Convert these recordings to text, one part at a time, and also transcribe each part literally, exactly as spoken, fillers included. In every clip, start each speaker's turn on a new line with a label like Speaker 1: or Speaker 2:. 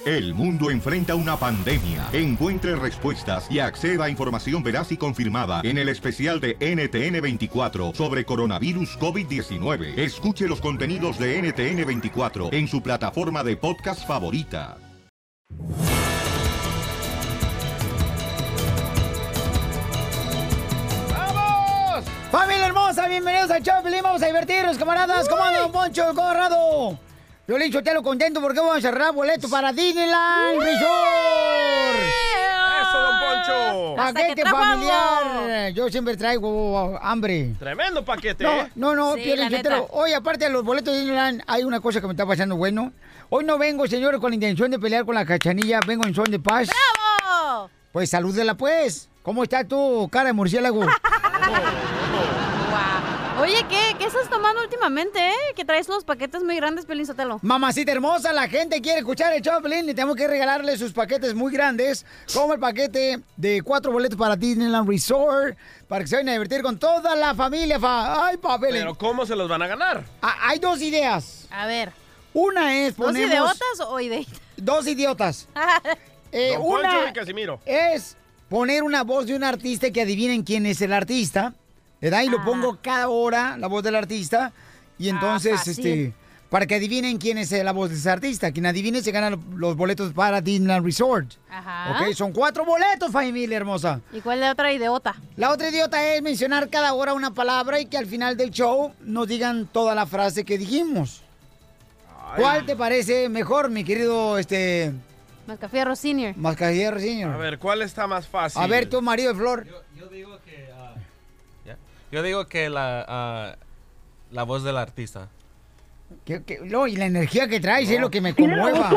Speaker 1: El mundo enfrenta una pandemia. Encuentre respuestas y acceda a información veraz y confirmada en el especial de N T N veinticuatro sobre coronavirus COVID diecinueve. Escuche los contenidos de N T N veinticuatro en su plataforma de podcast favorita.
Speaker 2: ¡Vamos! ¡Familia hermosa! Bienvenidos al show de Piolín. Vamos a divertirnos, camaradas. ¿Cómo anda, don Poncho el Corrado? Yo le dicho, te lo contento porque vamos a cerrar boleto para Disneyland Resort.
Speaker 3: ¡Eso, don Poncho!
Speaker 2: Paquete familiar. Yo siempre traigo hambre.
Speaker 3: Tremendo paquete,
Speaker 2: No,
Speaker 3: ¿eh?
Speaker 2: no, no,
Speaker 3: Sí,
Speaker 2: Piolín,
Speaker 3: la
Speaker 2: yo te
Speaker 3: neta.
Speaker 2: lo- Oye, aparte de los boletos de Disneyland, hay una cosa que me está pasando bueno. Hoy no vengo, señores, con la intención de pelear con la Cachanilla. Vengo en son de paz.
Speaker 4: ¡Bravo!
Speaker 2: Pues salúdela, pues. ¿Cómo está tu cara de murciélago?
Speaker 4: Oye, ¿qué, ¿qué estás tomando últimamente, eh? Que traes unos paquetes muy grandes, Piolín Sotelo.
Speaker 2: Mamacita hermosa, la gente quiere escuchar el show de Piolín y tenemos que regalarle sus paquetes muy grandes, como el paquete de cuatro boletos para Disneyland Resort, para que se vayan a divertir con toda la familia. Fa. ¡Ay, papel!
Speaker 3: Pero ¿cómo se los van a ganar?
Speaker 2: Ah, hay dos ideas.
Speaker 4: A ver.
Speaker 2: Una es
Speaker 4: ¿Dos
Speaker 2: ponemos...
Speaker 4: idiotas o ideitas?
Speaker 2: Dos idiotas. Eh,
Speaker 3: Don Poncho
Speaker 2: una
Speaker 3: y Casimiro.
Speaker 2: es poner una voz de un artista que adivinen quién es el artista, ¿verdad? Y lo pongo cada hora, la voz del artista, y entonces,
Speaker 4: fácil.
Speaker 2: este, para que adivinen quién es la voz de ese artista. Quien adivine se gana los boletos para Disneyland Resort.
Speaker 4: Ajá.
Speaker 2: ¿Ok? Son cuatro boletos, familia hermosa.
Speaker 4: ¿Y cuál es la otra idiota?
Speaker 2: La otra idiota es mencionar cada hora una palabra y que al final del show nos digan toda la frase que dijimos. ¿Cuál te parece mejor, mi querido, este...
Speaker 4: Mascafierro Senior.
Speaker 2: Mascafierro Senior?
Speaker 3: A ver, ¿cuál está más fácil?
Speaker 2: A ver, tu marido de Flor.
Speaker 5: Yo digo que, ah, ¿ya? Yo digo que la, ah, la voz del artista.
Speaker 2: Que, que- no, y la energía que traes es lo que me conmueva.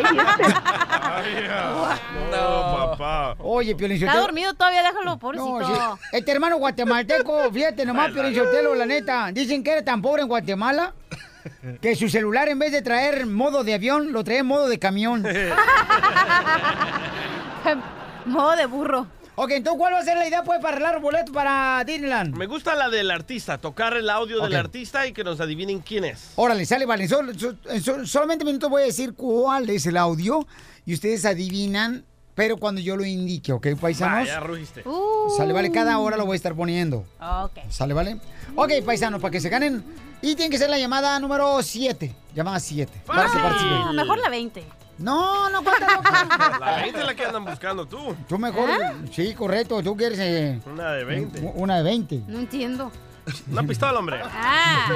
Speaker 3: No, papá.
Speaker 2: Oye, Piolín
Speaker 4: Está
Speaker 2: Sotelo.
Speaker 4: dormido todavía, déjalo, pobrecito.
Speaker 2: No, sí. Este hermano guatemalteco, fíjate nomás, Piolín Sotelo, la neta. Dicen que era tan pobre en Guatemala que su celular en vez de traer modo de avión, lo trae en modo de camión.
Speaker 4: Modo de burro.
Speaker 2: Ok, entonces, ¿cuál va a ser la idea, pues, para arreglar boletos para Disneyland?
Speaker 3: Me gusta la del artista, tocar el audio
Speaker 2: Ok.
Speaker 3: del artista y que nos adivinen quién es.
Speaker 2: Órale, sale, vale. Sol- sol- en sol- solamente un minuto voy a decir cuál es el audio y ustedes adivinan, pero cuando yo lo indique, ¿ok, paisanos?
Speaker 3: Ah, ya rugiste.
Speaker 4: Uh.
Speaker 2: Sale, vale, cada hora lo voy a estar poniendo.
Speaker 4: Ok.
Speaker 2: ¿Sale, vale? Ok, paisanos, para que se ganen. Y tiene que ser la llamada número siete. Llamada siete. Para que
Speaker 4: Ah,
Speaker 2: participen.
Speaker 4: mejor la veinte.
Speaker 2: No, no, cuenta, no, cuenta.
Speaker 3: La veinte es la que andan buscando tú.
Speaker 2: Tú mejor. Sí, correcto. Tú quieres eh,
Speaker 3: Una de veinte.
Speaker 2: una de veinte.
Speaker 4: No entiendo.
Speaker 3: Una pistola, hombre.
Speaker 4: Ah.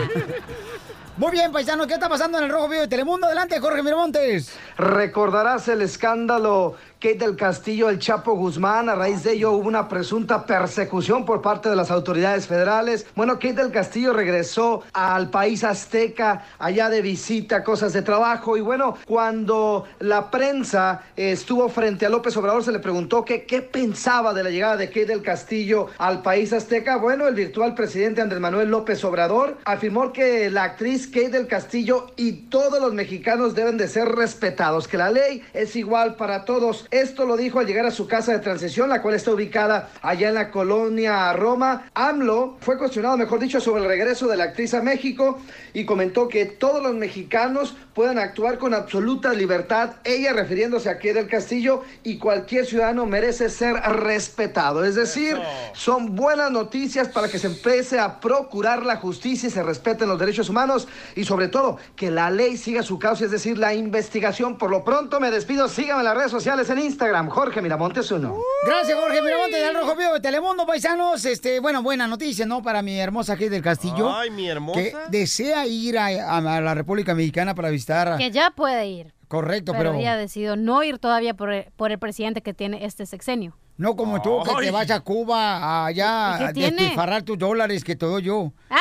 Speaker 2: Muy bien, paisanos. ¿Qué está pasando en el Rojo Vivo de Telemundo? Adelante, Jorge Miramontes.
Speaker 6: Recordarás el escándalo Kate del Castillo, el Chapo Guzmán. A raíz de ello hubo una presunta persecución por parte de las autoridades federales. Bueno, Kate del Castillo regresó al país azteca, allá de visita, cosas de trabajo. Y bueno, cuando la prensa eh, estuvo frente a López Obrador, se le preguntó que qué pensaba de la llegada de Kate del Castillo al país azteca. Bueno, el virtual presidente Andrés Manuel López Obrador afirmó que la actriz Kate del Castillo y todos los mexicanos deben de ser respetados, que la ley es igual para todos. Esto lo dijo al llegar a su casa de transición, la cual está ubicada allá en la colonia Roma. AMLO fue cuestionado, mejor dicho, sobre el regreso de la actriz a México y comentó que todos los mexicanos puedan actuar con absoluta libertad, ella refiriéndose a Kate del Castillo, y cualquier ciudadano merece ser respetado. Es decir, son buenas noticias para que se empiece a procurar la justicia y se respeten los derechos humanos y sobre todo que la ley siga su causa, es decir, la investigación. Por lo pronto me despido, síganme en las redes sociales en Instagram, Jorge Miramontes uno.
Speaker 2: Gracias, Jorge Miramontes del Rojo Vivo de Telemundo, paisanos. Este, bueno, buena noticia, ¿no? Para mi hermosa Kate del Castillo.
Speaker 3: Ay, mi hermosa.
Speaker 2: Que desea ir a, a- a la República Mexicana para visitar. a-
Speaker 4: Que ya puede ir.
Speaker 2: Correcto,
Speaker 4: Pero,
Speaker 2: pero,
Speaker 4: ella decidió no ir todavía por el, por el presidente que tiene este sexenio.
Speaker 2: no como tú, que
Speaker 3: Ay.
Speaker 2: te vas a Cuba a allá
Speaker 4: ¿Y qué
Speaker 2: a
Speaker 4: tiene?
Speaker 2: despilfarrar tus dólares que te doy yo.
Speaker 4: ¡Ah!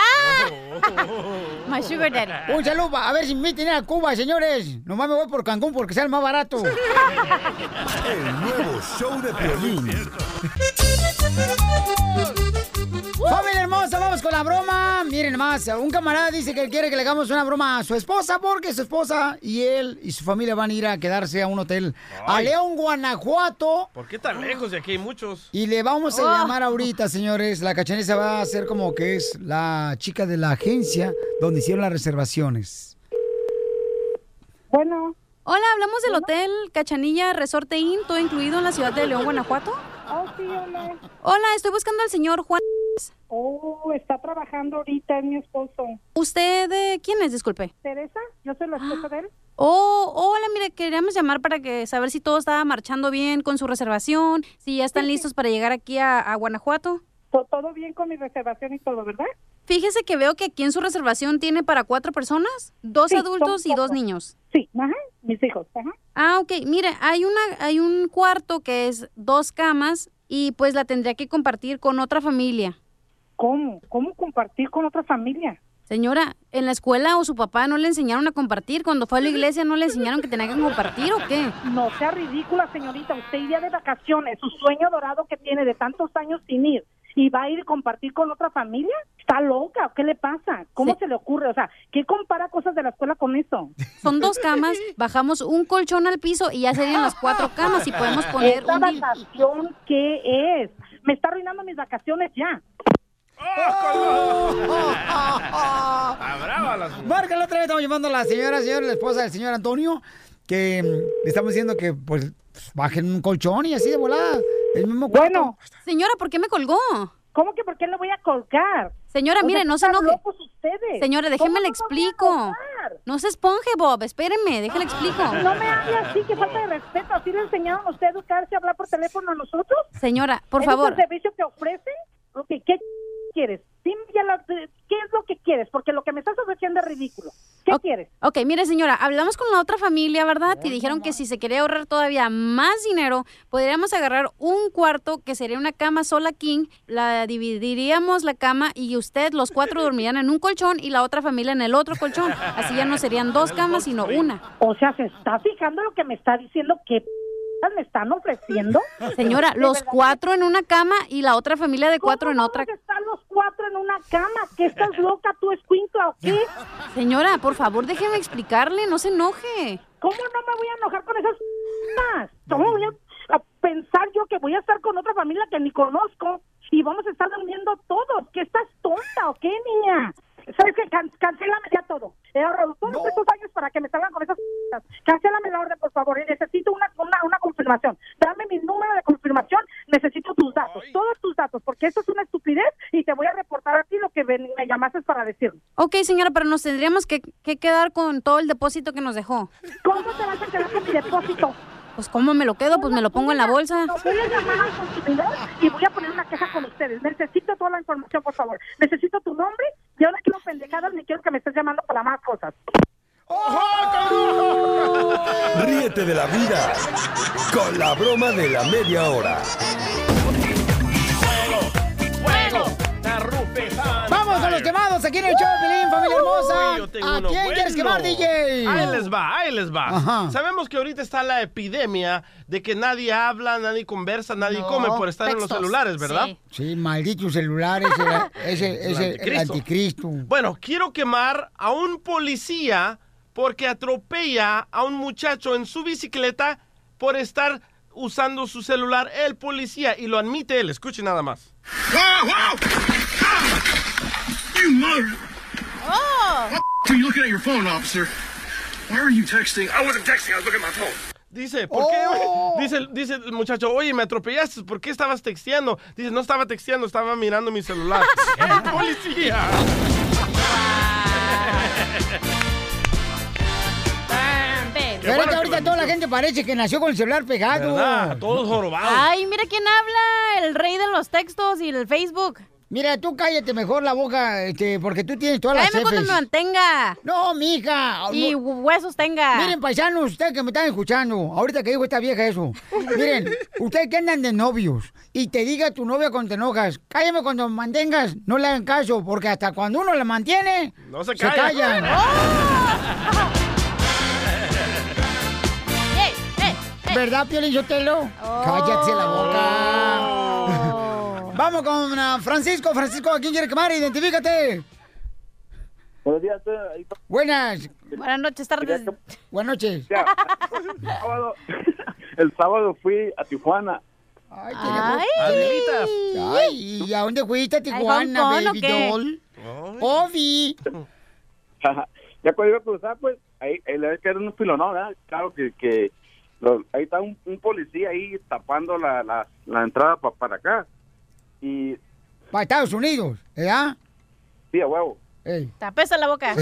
Speaker 4: My sugar daddy.
Speaker 2: Un saludo, a ver si me inviten a Cuba, señores. Nomás me voy por Cancún porque sale más barato.
Speaker 7: El nuevo show de Piolín.
Speaker 2: Familia hermosa, vamos con la broma. Miren más, un camarada dice que él quiere que le hagamos una broma a su esposa porque su esposa y él y su familia van a ir a quedarse a un hotel a
Speaker 3: Ay.
Speaker 2: León, Guanajuato.
Speaker 3: ¿Por qué tan lejos? De aquí hay muchos.
Speaker 2: Y le vamos a
Speaker 4: Oh.
Speaker 2: llamar ahorita, señores. La Cachanilla va a hacer como que es la chica de la agencia donde hicieron las reservaciones.
Speaker 8: Bueno,
Speaker 4: Hola, hablamos del Hotel Cachanilla Resort Inn, todo incluido en la ciudad de León, Guanajuato.
Speaker 8: Oh, sí, hola.
Speaker 4: Hola, estoy buscando al señor Juan.
Speaker 8: Oh, está trabajando ahorita, es mi esposo.
Speaker 4: ¿Usted eh, quién es? Disculpe.
Speaker 8: ¿Teresa? Yo soy la esposa de él.
Speaker 4: Oh, hola, mire, queríamos llamar para que saber si todo estaba marchando bien con su reservación, si ya están listos para llegar aquí a, a Guanajuato.
Speaker 8: Todo bien con mi reservación y todo, ¿verdad?
Speaker 4: Fíjese que veo que aquí en su reservación tiene para cuatro personas, dos
Speaker 8: Sí,
Speaker 4: adultos
Speaker 8: son
Speaker 4: y dos
Speaker 8: cuatro.
Speaker 4: niños.
Speaker 8: Sí, ajá, mis hijos, ajá.
Speaker 4: Ah, ok. Mire, hay una, hay un cuarto que es dos camas y pues la tendría que compartir con otra familia.
Speaker 8: ¿Cómo? ¿Cómo compartir con otra familia?
Speaker 4: Señora, ¿en la escuela o su papá no le enseñaron a compartir? Cuando fue a la iglesia no le enseñaron que tenía que compartir o qué?
Speaker 8: No sea ridícula, señorita. Usted iría de vacaciones, su sueño dorado que tiene de tantos años sin ir, y va a ir a compartir con otra familia. ¿Está loca o qué le pasa? ¿Cómo
Speaker 4: Sí.
Speaker 8: se le ocurre? O sea, ¿qué compara cosas de la escuela con eso?
Speaker 4: Son dos camas, bajamos un colchón al piso y ya serían las cuatro camas y podemos poner
Speaker 8: ¿Esta
Speaker 4: un... dil-
Speaker 8: vacación qué es? Me está arruinando mis vacaciones ya.
Speaker 3: Está brava la señora.
Speaker 2: Márcala otra vez, estamos llamando a la señora, señora, la esposa del señor Antonio, que mm, le estamos diciendo que pues bajen un colchón y así de volada, el mismo cuarto.
Speaker 8: Bueno,
Speaker 4: Señora, ¿por qué me colgó?
Speaker 8: ¿cómo que por qué le voy a colgar?
Speaker 4: Señora,
Speaker 8: O
Speaker 4: mire,
Speaker 8: sea,
Speaker 4: no se
Speaker 8: están
Speaker 4: enoje.
Speaker 8: locos ustedes.
Speaker 4: Señora, déjeme
Speaker 8: ¿Cómo
Speaker 4: le
Speaker 8: no me voy a
Speaker 4: explico.
Speaker 8: enojar?
Speaker 4: No se esponje, Bob, espéreme, déjale explico.
Speaker 8: No me hable así, que falta de respeto. ¿Así le enseñaron a usted a educarse a hablar por teléfono a nosotros?
Speaker 4: Señora, por
Speaker 8: ¿Ese
Speaker 4: favor.
Speaker 8: es el servicio que ofrecen? Ok, ¿qué quieres? Dime ya la- ¿qué es lo que quieres? Porque lo que me estás ofreciendo es ridículo. ¿Qué
Speaker 4: Ok,
Speaker 8: quieres?
Speaker 4: Ok, mire, señora, hablamos con la otra familia, ¿verdad? Y dijeron que si se quería ahorrar todavía más dinero, podríamos agarrar un cuarto que sería una cama sola king, la dividiríamos la cama y usted, los cuatro dormirían en un colchón y la otra familia en el otro colchón. Así ya no serían dos camas, sino una.
Speaker 8: O sea, ¿se está fijando lo que me está diciendo? ¿Qué p- me están ofreciendo?
Speaker 4: Señora,
Speaker 8: ¿De
Speaker 4: los
Speaker 8: verdad?
Speaker 4: cuatro en una cama y la otra familia de
Speaker 8: ¿Cómo
Speaker 4: cuatro en
Speaker 8: vamos
Speaker 4: otra.
Speaker 8: a estar los cuatro en una cama? ¿Qué estás loca tú, escuincla, o qué?
Speaker 4: Señora, por favor, déjeme explicarle, no se enoje.
Speaker 8: ¿Cómo no me voy a enojar con esas p***as? ¿Cómo voy a, a pensar yo que voy a estar con otra familia que ni conozco y vamos a estar durmiendo todos? ¿Qué estás tonta o qué, niña? ¿Sabes qué? Can cancélame ya todo. He ahorrado todos
Speaker 2: No.
Speaker 8: estos años para que me salgan con esas p***as. Cancélame la orden, por favor. Y necesito una, una, una confirmación. Dame mi número de confirmación. Necesito tus datos, todos tus datos, porque esto es una estupidez y te voy a reportar a ti lo que me, me llamaste para decirme.
Speaker 4: Ok, señora, pero nos tendríamos que, que quedar con todo el depósito que nos dejó.
Speaker 8: ¿Cómo te vas a quedar con mi depósito?
Speaker 4: Pues, ¿cómo me lo quedo? Pues me lo pongo en la bolsa.
Speaker 8: No, voy a llamar al consumidor y voy a poner una queja con ustedes. Necesito toda la información, por favor. Necesito tu nombre. Yo no quiero pendejadas ni quiero que me estés llamando para más cosas.
Speaker 7: Ríete de la vida con la broma de la media hora.
Speaker 3: ¡Fuego! ¡Tarrufesana!
Speaker 2: Vamos con los quemados aquí en el show de Pelín, familia hermosa.
Speaker 3: Uy, yo tengo
Speaker 2: ¿A
Speaker 3: uno
Speaker 2: quién quieres
Speaker 3: bueno.
Speaker 2: quemar, D J?
Speaker 3: Ahí les va, ahí les va.
Speaker 2: Ajá.
Speaker 3: Sabemos que ahorita está la epidemia de que nadie habla, nadie conversa, nadie
Speaker 4: No,
Speaker 3: come por estar en los
Speaker 4: textos.
Speaker 3: celulares, ¿verdad?
Speaker 4: Sí.
Speaker 2: Sí, maldito celular, ese es el, ese, el
Speaker 3: anticristo.
Speaker 2: anticristo.
Speaker 3: Bueno, quiero quemar a un policía porque atropella a un muchacho en su bicicleta por estar usando su celular, el policía, y lo admite él. Escuche nada más.
Speaker 9: You mother! Oh! What are you looking at your phone, officer? Why are you texting? I wasn't texting, I was looking at my phone.
Speaker 3: Dice, ¿por
Speaker 2: Oh.
Speaker 3: qué? Dice, dice el muchacho, oye, me atropellaste, ¿por qué estabas texteando? Dice, no estaba texteando, estaba mirando mi celular. ¡El policía!
Speaker 2: Pero es que ahorita toda la gente parece que nació con el celular pegado.
Speaker 3: ¿Verdad? Todos jorobados.
Speaker 4: Ay, mira quién habla, el rey de los textos y el Facebook.
Speaker 2: Mira, tú cállate mejor la boca, este, porque tú tienes todas las
Speaker 4: Cállame cuando me
Speaker 2: jefes.
Speaker 4: mantenga.
Speaker 2: No, mija.
Speaker 4: Y
Speaker 2: no.
Speaker 4: huesos tenga.
Speaker 2: Miren, paisanos, ustedes que me están escuchando, ahorita que dijo esta vieja eso. Miren, ustedes que andan de novios y te diga tu novia cuando te enojas, cállame cuando me mantengas, no le hagan caso, porque hasta cuando uno la mantiene,
Speaker 3: No se
Speaker 2: se
Speaker 3: calla.
Speaker 2: callan.
Speaker 4: Ey, ey, ey.
Speaker 2: ¿Verdad, Piolín Sotelo?
Speaker 4: Oh.
Speaker 2: Cállate la boca. Vamos con uh, Francisco. Francisco, ¿a quién quiere quemar? Identifícate.
Speaker 10: Buenos días, estoy ahí.
Speaker 2: Buenas.
Speaker 4: Buenas noches, tardes.
Speaker 2: Buenas noches.
Speaker 10: Ya, el, sábado, el sábado fui a Tijuana.
Speaker 2: Ay,
Speaker 4: Ay.
Speaker 3: Adelitas.
Speaker 2: Ay, ¿y a dónde fuiste? A Tijuana,
Speaker 4: Hong Kong,
Speaker 2: baby
Speaker 4: ¿o qué?
Speaker 2: doll. Ovi.
Speaker 10: Ya cuando iba a cruzar, pues, ahí, ahí le que era un pilonón, ¿verdad? Claro que, que lo- ahí está un, un policía ahí tapando la, la, la entrada pa- para acá. Y
Speaker 2: Para Estados Unidos, ¿verdad?
Speaker 10: sí, a huevo.
Speaker 2: Ey.
Speaker 4: Te apesta la boca.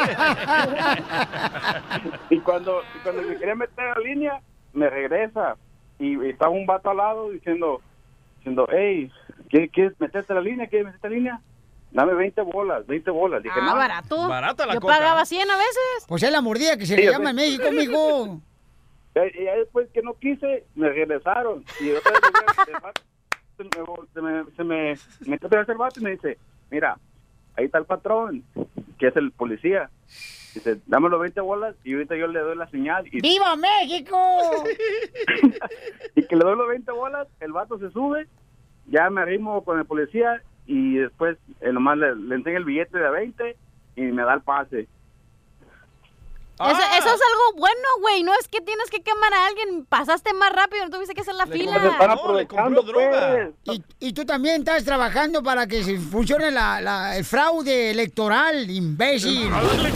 Speaker 10: Y cuando, y cuando me quería meter a la línea, me regresa. Y, y estaba un vato al lado diciendo, diciendo, hey, ¿quieres, ¿quieres meterte a la línea? ¿Quieres meterte a la línea? Dame veinte bolas, veinte bolas. Dije,
Speaker 4: Ah,
Speaker 10: no.
Speaker 4: barato.
Speaker 3: Barata la
Speaker 4: Yo
Speaker 3: coca.
Speaker 4: pagaba cien a veces.
Speaker 2: Pues es la mordida que se
Speaker 10: Sí,
Speaker 2: le
Speaker 10: o
Speaker 2: llama
Speaker 10: sea-
Speaker 2: en México, mijo.
Speaker 10: Y ya después que no quise, me regresaron. Y otra vez el vato se me, se me, se me, me metió otra vez el vato y me dice, mira, ahí está el patrón, que es el policía. Dice, dame los veinte bolas y ahorita yo le doy la señal. Y,
Speaker 2: ¡Viva México!
Speaker 10: y que le doy los veinte bolas, el vato se sube, ya me arrimo con el policía y después eh, nomás le, le enseño el billete de veinte y me da el pase.
Speaker 4: Eso,
Speaker 3: Ah.
Speaker 4: eso es algo bueno, güey. No es que tienes que quemar a alguien. Pasaste más rápido, no tuviste que hacer la
Speaker 3: Le
Speaker 4: fila.
Speaker 10: Se están
Speaker 3: No, le
Speaker 10: aprovechando,
Speaker 3: compró droga.
Speaker 10: pues.
Speaker 2: Y, y tú también estás trabajando para que se funcione la, la- el fraude electoral, imbécil.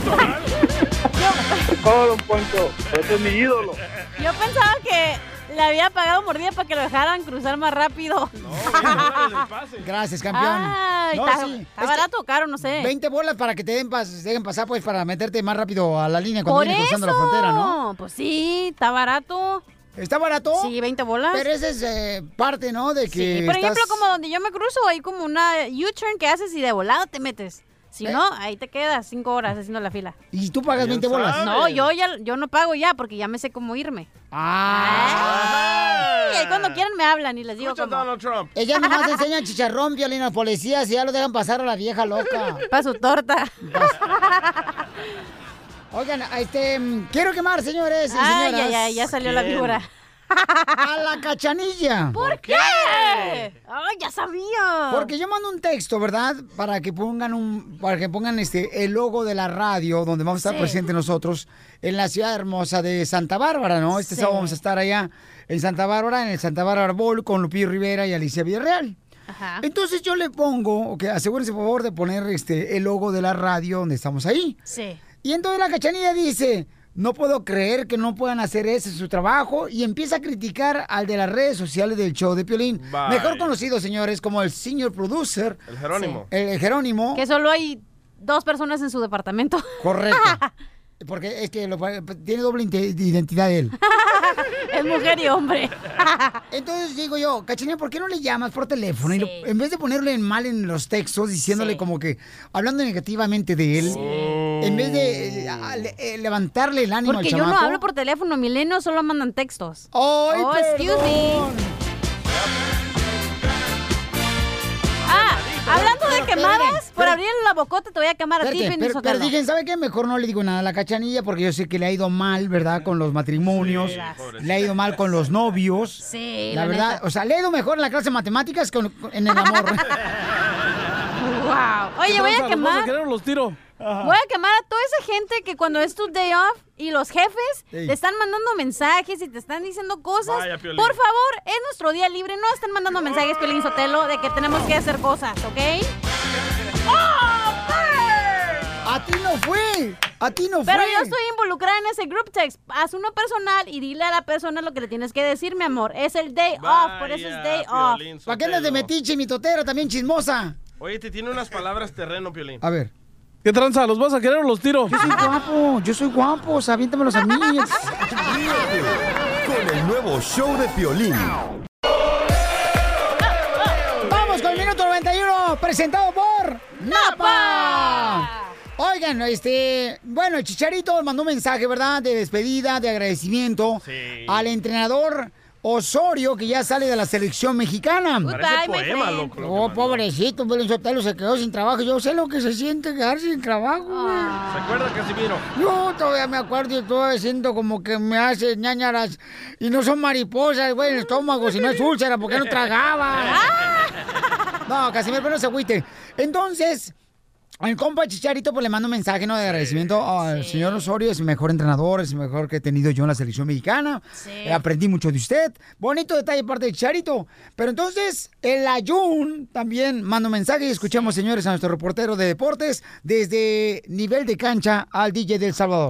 Speaker 10: Todo, don Poncho, ese es mi ídolo.
Speaker 4: Yo pensaba que le había pagado mordida para que lo dejaran cruzar más rápido.
Speaker 3: No, veinte dólares el pase.
Speaker 2: Gracias, campeón.
Speaker 4: Ay,
Speaker 2: No,
Speaker 4: está,
Speaker 2: sí,
Speaker 4: está
Speaker 2: es que
Speaker 4: barato o caro, no sé.
Speaker 2: veinte bolas para que te den pas- dejen pasar, pues, para meterte más rápido a la línea cuando
Speaker 4: Por
Speaker 2: vienes
Speaker 4: eso.
Speaker 2: cruzando la frontera, ¿no?
Speaker 4: Pues sí, está barato.
Speaker 2: ¿Está barato?
Speaker 4: Sí, veinte bolas.
Speaker 2: Pero esa es eh, parte, ¿no? De que
Speaker 4: Sí, por
Speaker 2: estás-
Speaker 4: ejemplo, como donde yo me cruzo, hay como una U-turn que haces y de volado te metes. Si
Speaker 2: ¿Eh?
Speaker 4: no, ahí te quedas cinco horas haciendo la fila.
Speaker 2: ¿Y tú pagas
Speaker 3: Bien
Speaker 2: veinte bolas?
Speaker 3: sabe.
Speaker 4: No, yo ya yo no pago ya porque ya me sé cómo irme.
Speaker 2: Ah.
Speaker 4: Y ahí cuando quieran me hablan y les digo
Speaker 3: Escucha a
Speaker 4: como
Speaker 3: Donald Trump.
Speaker 2: Ella nomás enseña chicharrón, Piolín, a los policías y ya lo dejan pasar a la vieja loca.
Speaker 4: para su torta.
Speaker 2: Oigan, este, mm, quiero quemar, señores y
Speaker 4: Ay,
Speaker 2: señoras,
Speaker 4: ay, ay, ya salió la
Speaker 3: ¿Quién?
Speaker 4: víbora.
Speaker 2: a la Cachanilla.
Speaker 4: ¿Por qué? Ay, ya sabía.
Speaker 2: Porque yo mando un texto, ¿verdad? Para que pongan un, para que pongan este el logo de la radio donde vamos a estar
Speaker 4: Sí.
Speaker 2: presentes nosotros en la ciudad hermosa de Santa Bárbara, ¿no? Este
Speaker 4: Sí.
Speaker 2: sábado vamos a estar allá en Santa Bárbara, en el Santa Bárbara Bowl con Lupillo Rivera y Alicia Villarreal.
Speaker 4: Ajá.
Speaker 2: Entonces yo le pongo, ok, asegúrense por favor de poner este el logo de la radio donde estamos ahí.
Speaker 4: Sí.
Speaker 2: Y entonces la Cachanilla dice, no puedo creer que no puedan hacer ese su trabajo, y empieza a criticar al de las redes sociales del show de Piolín.
Speaker 3: Bye.
Speaker 2: Mejor conocido, señores, como el senior producer,
Speaker 3: El Jerónimo.
Speaker 2: el, el Jerónimo.
Speaker 4: Que solo hay dos personas en su departamento.
Speaker 2: Correcto. Porque es que lo- tiene doble inte- identidad él.
Speaker 4: Es mujer y hombre.
Speaker 2: Entonces digo yo, Cachanilla, ¿por qué no le llamas por teléfono? Y
Speaker 4: Sí.
Speaker 2: lo- en vez de ponerle en mal en los textos, diciéndole
Speaker 4: Sí.
Speaker 2: como que, hablando negativamente de él, en vez de eh, a- le- eh, levantarle el ánimo
Speaker 4: Porque
Speaker 2: al
Speaker 4: yo no
Speaker 2: chamaco.
Speaker 4: hablo por teléfono, milenios solo mandan textos.
Speaker 2: ¡Ay,
Speaker 4: Oh, excuse me.
Speaker 2: perdón!
Speaker 4: Ah, hablando de
Speaker 2: pero,
Speaker 4: quemadas,
Speaker 2: espérate,
Speaker 4: por
Speaker 2: pero-
Speaker 4: abrir la bocota te voy a quemar a ti,
Speaker 2: Espérate,
Speaker 4: Piolín
Speaker 2: pero, pero
Speaker 4: Sotelo.
Speaker 2: dije, ¿sabe qué? Mejor no le digo nada a la Cachanilla porque yo sé que le ha ido mal, ¿verdad? Con los matrimonios.
Speaker 3: Sí, pobrecita.
Speaker 2: Le ha ido mal con los novios.
Speaker 4: Sí,
Speaker 2: La
Speaker 4: la
Speaker 2: verdad,
Speaker 4: neta.
Speaker 2: o sea, le ha ido mejor en la clase de matemáticas que en en el amor.
Speaker 4: Wow. Oye, voy a quemar.
Speaker 11: los tiro.
Speaker 4: Voy a quemar a toda esa gente que cuando es tu day off y los jefes
Speaker 2: Ey.
Speaker 4: te están mandando mensajes y te están diciendo cosas.
Speaker 3: Vaya, Piolín.
Speaker 4: Por favor, es nuestro día libre. No estén mandando mensajes, Piolín Sotelo, de que tenemos que hacer cosas, ¿ok?
Speaker 2: A ti no fue. A ti no
Speaker 4: Pero
Speaker 2: fue.
Speaker 4: yo estoy involucrada en ese group text. Haz uno personal y dile a la persona lo que le tienes que decir, mi amor. Es el day off, por eso es
Speaker 3: Vaya,
Speaker 4: day off.
Speaker 3: Piolín
Speaker 2: ¿Para qué andas de
Speaker 3: Sotelo.
Speaker 2: metiche, mi totera, también chismosa?
Speaker 3: Oye, te tiene unas palabras terreno, Piolín.
Speaker 2: A ver.
Speaker 11: ¿Qué tranza? ¿Los vas a querer o los tiro?
Speaker 2: Yo soy guapo, yo soy guapo, o sea, aviéntamelos a mí.
Speaker 7: Ríete con el nuevo show de Piolín.
Speaker 2: Vamos con el minuto noventa y uno, presentado por Napa. Oigan, este, bueno, el Chicharito mandó un mensaje, ¿verdad? De despedida, de agradecimiento
Speaker 3: Sí.
Speaker 2: al entrenador Osorio, que ya sale de la selección mexicana.
Speaker 3: Parece
Speaker 4: Goodbye, my
Speaker 3: poema,
Speaker 4: friend.
Speaker 3: loco. lo que
Speaker 2: Oh,
Speaker 3: mandó.
Speaker 2: pobrecito, Piolín Sotelo se quedó sin trabajo. Yo sé lo que se siente quedarse sin trabajo, güey.
Speaker 3: ¿Se acuerda, Casimiro?
Speaker 2: Yo todavía me acuerdo y todavía siento como que me hace ñañaras. Y no son mariposas, güey, en el estómago, si no es úlcera, porque no tragaba. No, Casimiro, pero no se agüite. Entonces, el compa Chicharito pues le mando un mensaje, ¿no? De agradecimiento al señor Osorio. Es el mejor entrenador, es el mejor que he tenido yo en la selección mexicana.
Speaker 4: Sí.
Speaker 2: Eh, aprendí mucho de usted. Bonito detalle de parte de Chicharito. Pero entonces, el Ayun también manda un mensaje y escuchamos, señores, a nuestro reportero de deportes desde nivel de cancha al D J del Salvador.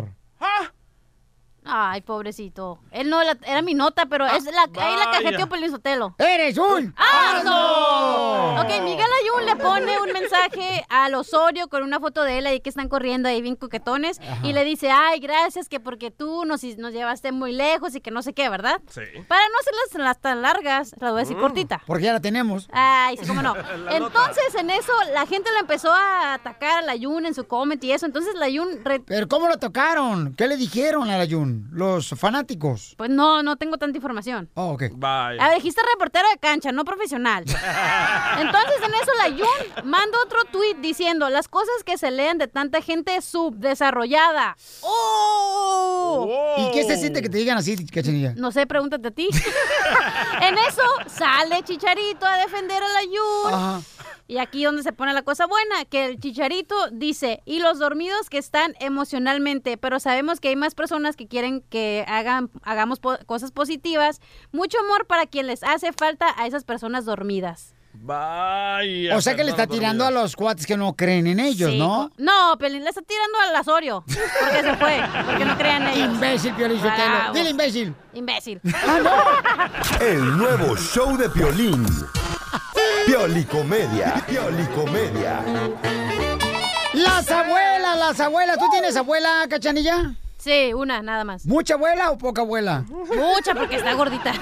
Speaker 4: Ay, pobrecito. Él no la- era mi nota, pero es la, ahí la
Speaker 2: vaya.
Speaker 4: cajeteó Pelín Sotelo.
Speaker 2: ¡Eres un
Speaker 4: ¡Asno! Ok, Miguel Ayun le pone un mensaje al Osorio con una foto de él ahí que están corriendo ahí bien coquetones.
Speaker 3: Ajá.
Speaker 4: Y le dice, ay, gracias, que porque tú nos, nos llevaste muy lejos y que no sé qué, ¿verdad?
Speaker 3: Sí.
Speaker 4: Para no hacerlas las tan largas, la voy a decir
Speaker 2: Mm.
Speaker 4: cortita.
Speaker 2: Porque ya la tenemos.
Speaker 4: Ay, sí, cómo no.
Speaker 2: La
Speaker 4: Entonces, en eso, la gente le empezó a atacar a la Ayun en su comment y eso. Entonces, la Ayun... re-
Speaker 2: ¿Pero cómo lo tocaron? ¿Qué le dijeron a la Jun? Los fanáticos.
Speaker 4: Pues no, no tengo tanta información.
Speaker 2: Oh, ok.
Speaker 3: Bye.
Speaker 4: A ver, dijiste reportero de cancha, no profesional. Entonces, en eso, la Jun manda otro tweet diciendo las cosas que se leen de tanta gente subdesarrollada. ¡Oh!
Speaker 2: ¿Y qué se siente que te digan así, Cachanilla?
Speaker 4: No sé, pregúntate a ti. En eso, sale Chicharito a defender a la Jun.
Speaker 2: Ajá.
Speaker 4: Y aquí donde se pone la cosa buena, que el Chicharito dice, y los dormidos que están emocionalmente, pero sabemos que hay más personas que quieren que hagan, hagamos po- cosas positivas. Mucho amor para quien les hace falta a esas personas dormidas.
Speaker 3: Vaya.
Speaker 2: O sea que le está tirando a los cuates que no creen en ellos,
Speaker 4: Sí,
Speaker 2: ¿no?
Speaker 4: co- No, Pelín le está tirando al Asorio, porque se fue, porque no crean en ellos.
Speaker 2: Imbécil, Piolín Sotelo.
Speaker 4: Bravo.
Speaker 2: Dile imbécil.
Speaker 4: Imbécil.
Speaker 7: El nuevo show de Piolín. Piolicomedia. Piolicomedia.
Speaker 2: Las abuelas, las abuelas. ¿Tú tienes abuela, Cachanilla?
Speaker 4: Sí, una, nada más.
Speaker 2: ¿Mucha abuela o poca abuela?
Speaker 4: Mucha, porque está gordita.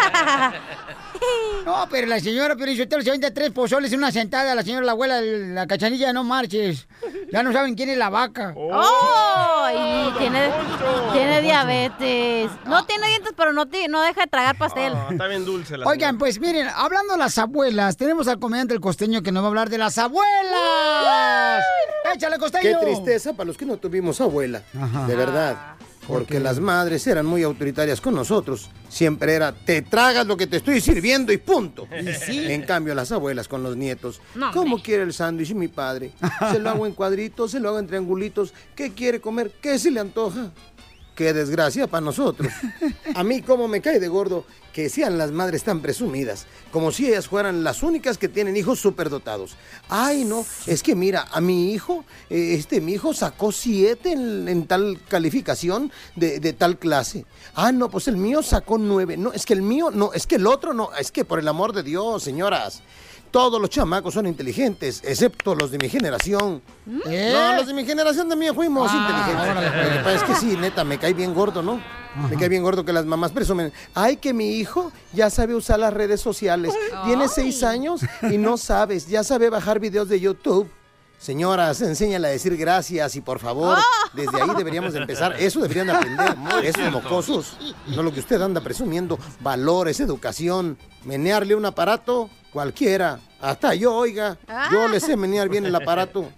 Speaker 2: No, pero la señora Piolín Sotelo se vende tres pozoles en una sentada. La señora, la abuela, la Cachanilla, no marches. Ya no saben quién es la vaca.
Speaker 4: ¡Oh! Y tiene, tiene diabetes. No tiene dientes, pero no, ti- no deja de tragar pastel.
Speaker 3: Ah, está bien dulce la
Speaker 2: Oigan, pues miren, hablando de las abuelas, tenemos al comediante El Costeño que nos va a hablar de las abuelas. ¡Échale, Costeño!
Speaker 12: Qué tristeza para los que no tuvimos abuela, de verdad. Porque las madres eran muy autoritarias con nosotros. Siempre era, te tragas lo que te estoy sirviendo y punto.
Speaker 2: Y sí.
Speaker 12: En cambio, las abuelas con los nietos.
Speaker 4: No,
Speaker 12: ¿Cómo
Speaker 4: hombre.
Speaker 12: quiere el sándwich mi padre? Se lo hago en cuadritos, se lo hago en triangulitos. ¿Qué quiere comer? ¿Qué se le antoja? Qué desgracia para nosotros. A mí cómo me cae de gordo que sean las madres tan presumidas, como si ellas fueran las únicas que tienen hijos superdotados. Ay, no, es que mira, a mi hijo, eh, este, mi hijo sacó siete en, en tal calificación de, de tal clase. Ah, no, pues el mío sacó nueve. No, es que el mío, no, es que el otro no, es que por el amor de Dios, señoras. Todos los chamacos son inteligentes, excepto los de mi generación.
Speaker 2: ¿Eh?
Speaker 12: No, los de mi generación también fuimos
Speaker 2: Ah,
Speaker 12: inteligentes.
Speaker 2: órale, pues.
Speaker 12: Lo que pasa es que sí, neta, me cae bien gordo, ¿no? Me cae bien gordo que las mamás presumen. Ay, que mi hijo ya sabe usar las redes sociales. Tiene seis años y no sabes, ya sabe bajar videos de YouTube. Señoras, enséñale a decir gracias y por favor. Desde ahí deberíamos de empezar. Eso deberían de aprender, esos mocosos. No lo que usted anda presumiendo. Valores, educación. Menearle un aparato, cualquiera. Hasta yo, oiga. Yo le sé menear bien el aparato.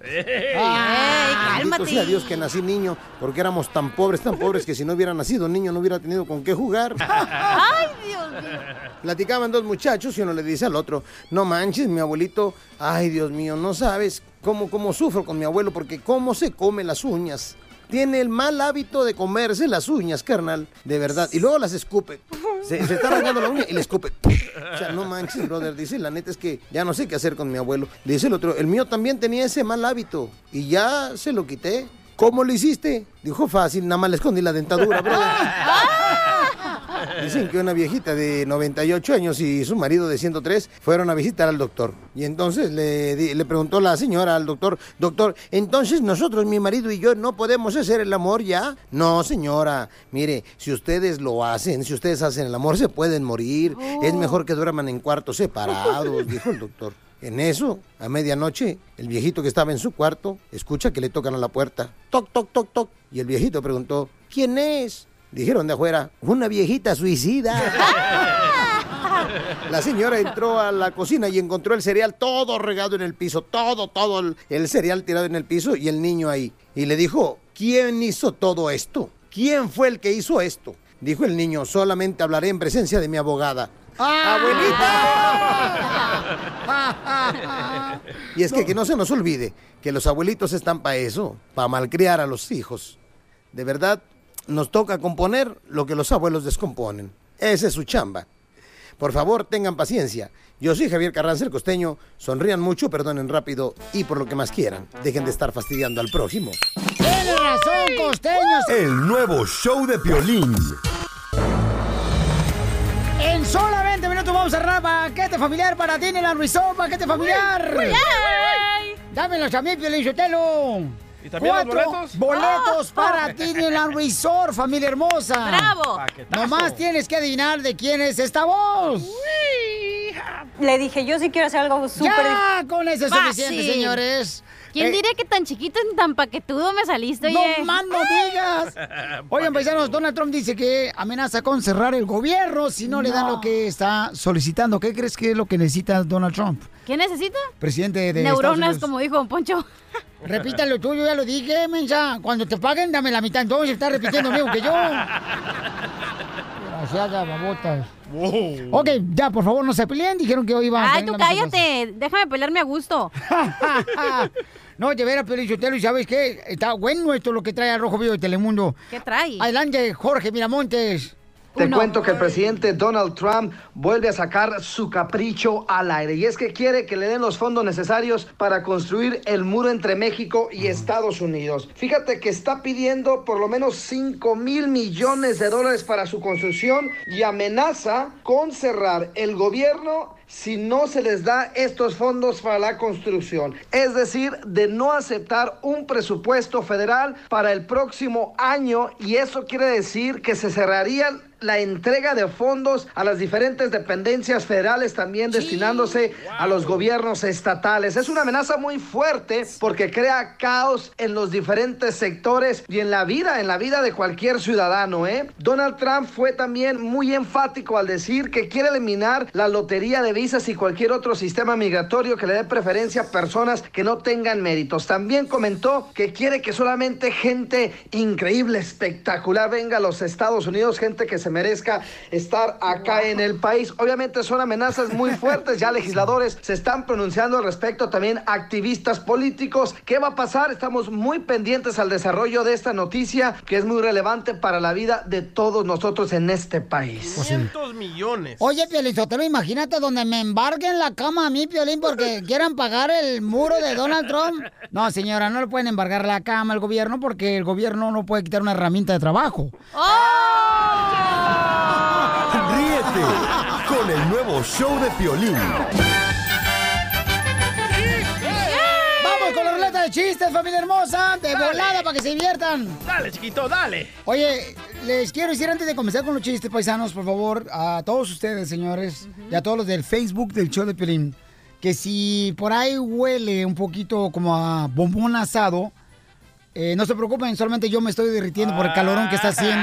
Speaker 12: Bendito sea Dios que nací niño, porque éramos tan pobres, tan pobres que si no hubiera nacido niño no hubiera tenido con qué jugar.
Speaker 4: ¡Ay, Dios mío!
Speaker 12: Platicaban dos muchachos y uno le dice al otro, no manches, mi abuelito, ay, Dios mío, no sabes cómo, cómo sufro con mi abuelo, porque cómo se come las uñas. Tiene el mal hábito de comerse las uñas, carnal, de verdad. Y luego las escupe. Se, se está arrancando la uña y le escupe. O sea, no manches, brother. Dice, la neta es que ya no sé qué hacer con mi abuelo. Dice el otro, el mío también tenía ese mal hábito. Y ya se lo quité. ¿Cómo lo hiciste? Dijo, fácil, nada más le escondí la dentadura, brother. Dicen que una viejita de noventa y ocho años y su marido de ciento tres fueron a visitar al doctor. Y entonces le, di- le preguntó la señora al doctor, doctor, entonces nosotros, mi marido y yo, ¿no podemos hacer el amor ya? No, señora, mire, si ustedes lo hacen, si ustedes hacen el amor, se pueden morir. Es mejor que duerman en cuartos separados, dijo el doctor. En eso, a medianoche, el viejito que estaba en su cuarto escucha que le tocan a la puerta. Toc, toc, toc, toc. Y el viejito preguntó, ¿quién es? Dijeron de afuera, una viejita suicida. La señora entró a la cocina y encontró el cereal todo regado en el piso, todo, todo el, el cereal tirado en el piso y el niño ahí. Y le dijo, ¿quién hizo todo esto? ¿Quién fue el que hizo esto? Dijo el niño, solamente hablaré en presencia de mi abogada. ¡Abuelita! Y es que, que no se nos olvide que los abuelitos están para eso, para malcriar a los hijos. De verdad, nos toca componer lo que los abuelos descomponen. Esa es su chamba. Por favor, tengan paciencia. Yo soy Javier Carranza, el Costeño. Sonrían mucho, perdonen rápido y por lo que más quieran. Dejen de estar fastidiando al prójimo.
Speaker 2: ¡Tiene razón, costeños!
Speaker 7: El nuevo show de Piolín.
Speaker 2: En solamente minutos vamos a cerrar paquete familiar para Disneyland Resort, paquete familiar.
Speaker 4: ¡Yay!
Speaker 2: Dámelos a mí, Piolín Sotelo.
Speaker 3: ¿Y también los
Speaker 2: Cuatro
Speaker 3: boletos?
Speaker 2: boletos
Speaker 4: Oh.
Speaker 2: para Disneyland Resort, familia hermosa.
Speaker 4: ¡Bravo!
Speaker 3: Paquetazo.
Speaker 2: Nomás tienes que adivinar de quién es esta voz.
Speaker 13: Le dije, yo sí quiero hacer algo súper
Speaker 2: Ya, con eso es
Speaker 4: Fácil.
Speaker 2: suficiente, señores.
Speaker 4: ¿Quién
Speaker 2: Eh,
Speaker 4: diría que tan chiquito y tan paquetudo me saliste, oye?
Speaker 2: No más no digas. Oigan, paisanos, Donald Trump dice que amenaza con cerrar el gobierno si no, le dan lo que está solicitando. ¿Qué crees que es lo que necesita Donald Trump?
Speaker 4: ¿Qué necesita?
Speaker 2: Presidente de Estados
Speaker 4: Neuronas,
Speaker 2: Unidos.
Speaker 4: como dijo Don Poncho.
Speaker 2: Repítalo tú, yo ya lo dije, mensa. Cuando te paguen, dame la mitad. Entonces estás repitiendo lo mismo que yo. Gracias, babotas.
Speaker 3: Wow.
Speaker 2: Ok, ya, por favor, no se peleen. Dijeron que hoy iban a
Speaker 4: Ay,
Speaker 2: tener
Speaker 4: tú
Speaker 2: la misma
Speaker 4: cállate. Déjame pelearme a gusto.
Speaker 2: cosa. No, de veras, Piolín Sotelo, ¿y sabes qué? Está bueno esto lo que trae al Rojo Vivo de Telemundo.
Speaker 4: ¿Qué trae?
Speaker 2: Adelante, Jorge Miramontes.
Speaker 6: Te
Speaker 4: Uno.
Speaker 6: cuento que el presidente Donald Trump vuelve a sacar su capricho al aire y es que quiere que le den los fondos necesarios para construir el muro entre México y Estados Unidos. Fíjate que está pidiendo por lo menos cinco mil millones de dólares para su construcción y amenaza con cerrar el gobierno si no se les da estos fondos para la construcción. Es decir, de no aceptar un presupuesto federal para el próximo año y eso quiere decir que se cerrarían la entrega de fondos a las diferentes dependencias federales también destinándose a los gobiernos estatales. Es una amenaza muy fuerte porque crea caos en los diferentes sectores y en la vida, en la vida de cualquier ciudadano, ¿eh? Donald Trump fue también muy enfático al decir que quiere eliminar la lotería de visas y cualquier otro sistema migratorio que le dé preferencia a personas que no tengan méritos. También comentó que quiere que solamente gente increíble, espectacular venga a los Estados Unidos, gente que se merezca estar acá en el país. Obviamente son amenazas muy fuertes, ya legisladores se están pronunciando al respecto, también activistas políticos. ¿Qué va a pasar? Estamos muy pendientes al desarrollo de esta noticia que es muy relevante para la vida de todos nosotros en este país.
Speaker 3: quinientos millones.
Speaker 2: Oye, Piolín Sotelo, imagínate donde me embarguen la cama a mí, Piolín, porque quieran pagar el muro de Donald Trump. No, señora, no le pueden embargar la cama al gobierno porque el gobierno no puede quitar una herramienta de trabajo.
Speaker 7: Ríete con el nuevo show de Piolín.
Speaker 2: ¡Vamos con la ruleta de chistes, familia hermosa! De
Speaker 3: Dale.
Speaker 2: volada para que se diviertan.
Speaker 3: Dale, chiquito, dale.
Speaker 2: Oye, les quiero decir antes de comenzar con los chistes, paisanos, por favor, a todos ustedes, señores, y a todos los del Facebook del show de Piolín, que si por ahí huele un poquito como a bombón asado, eh, no se preocupen, solamente yo me estoy derritiendo por el calorón que está haciendo.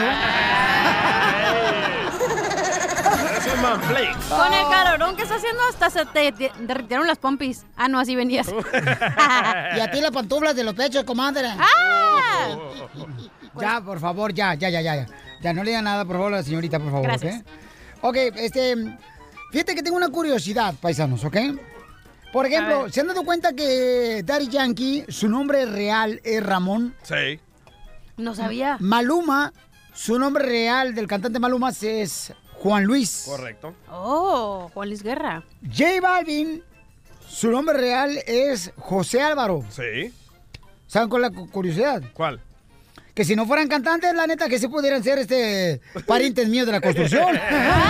Speaker 3: Ese man flakes.
Speaker 4: Con el calorón que está haciendo, hasta se te, te derritieron las pompis. Ah, no, así venías.
Speaker 2: Y a ti las pantuflas de los pechos, comadre.
Speaker 4: ¡Ah!
Speaker 2: Ya, por favor, ya, ya, ya, ya. Ya, ya no le diga nada, por favor, a la señorita, por favor,
Speaker 4: Gracias.
Speaker 2: ¿ok? Ok, este... Fíjate que tengo una curiosidad, paisanos, ¿ok? Por ejemplo, ¿se han dado cuenta que Daddy Yankee, su nombre real es Ramón?
Speaker 3: Sí.
Speaker 4: No sabía.
Speaker 2: Maluma, su nombre real del cantante Maluma es Juan Luis.
Speaker 3: Correcto.
Speaker 4: Oh, Juan Luis Guerra.
Speaker 2: J Balvin, su nombre real es José Álvaro.
Speaker 3: Sí.
Speaker 2: ¿Saben cuál es la cu- curiosidad?
Speaker 3: ¿Cuál?
Speaker 2: Que si no fueran cantantes, la neta, que sí pudieran ser este parientes míos de la construcción.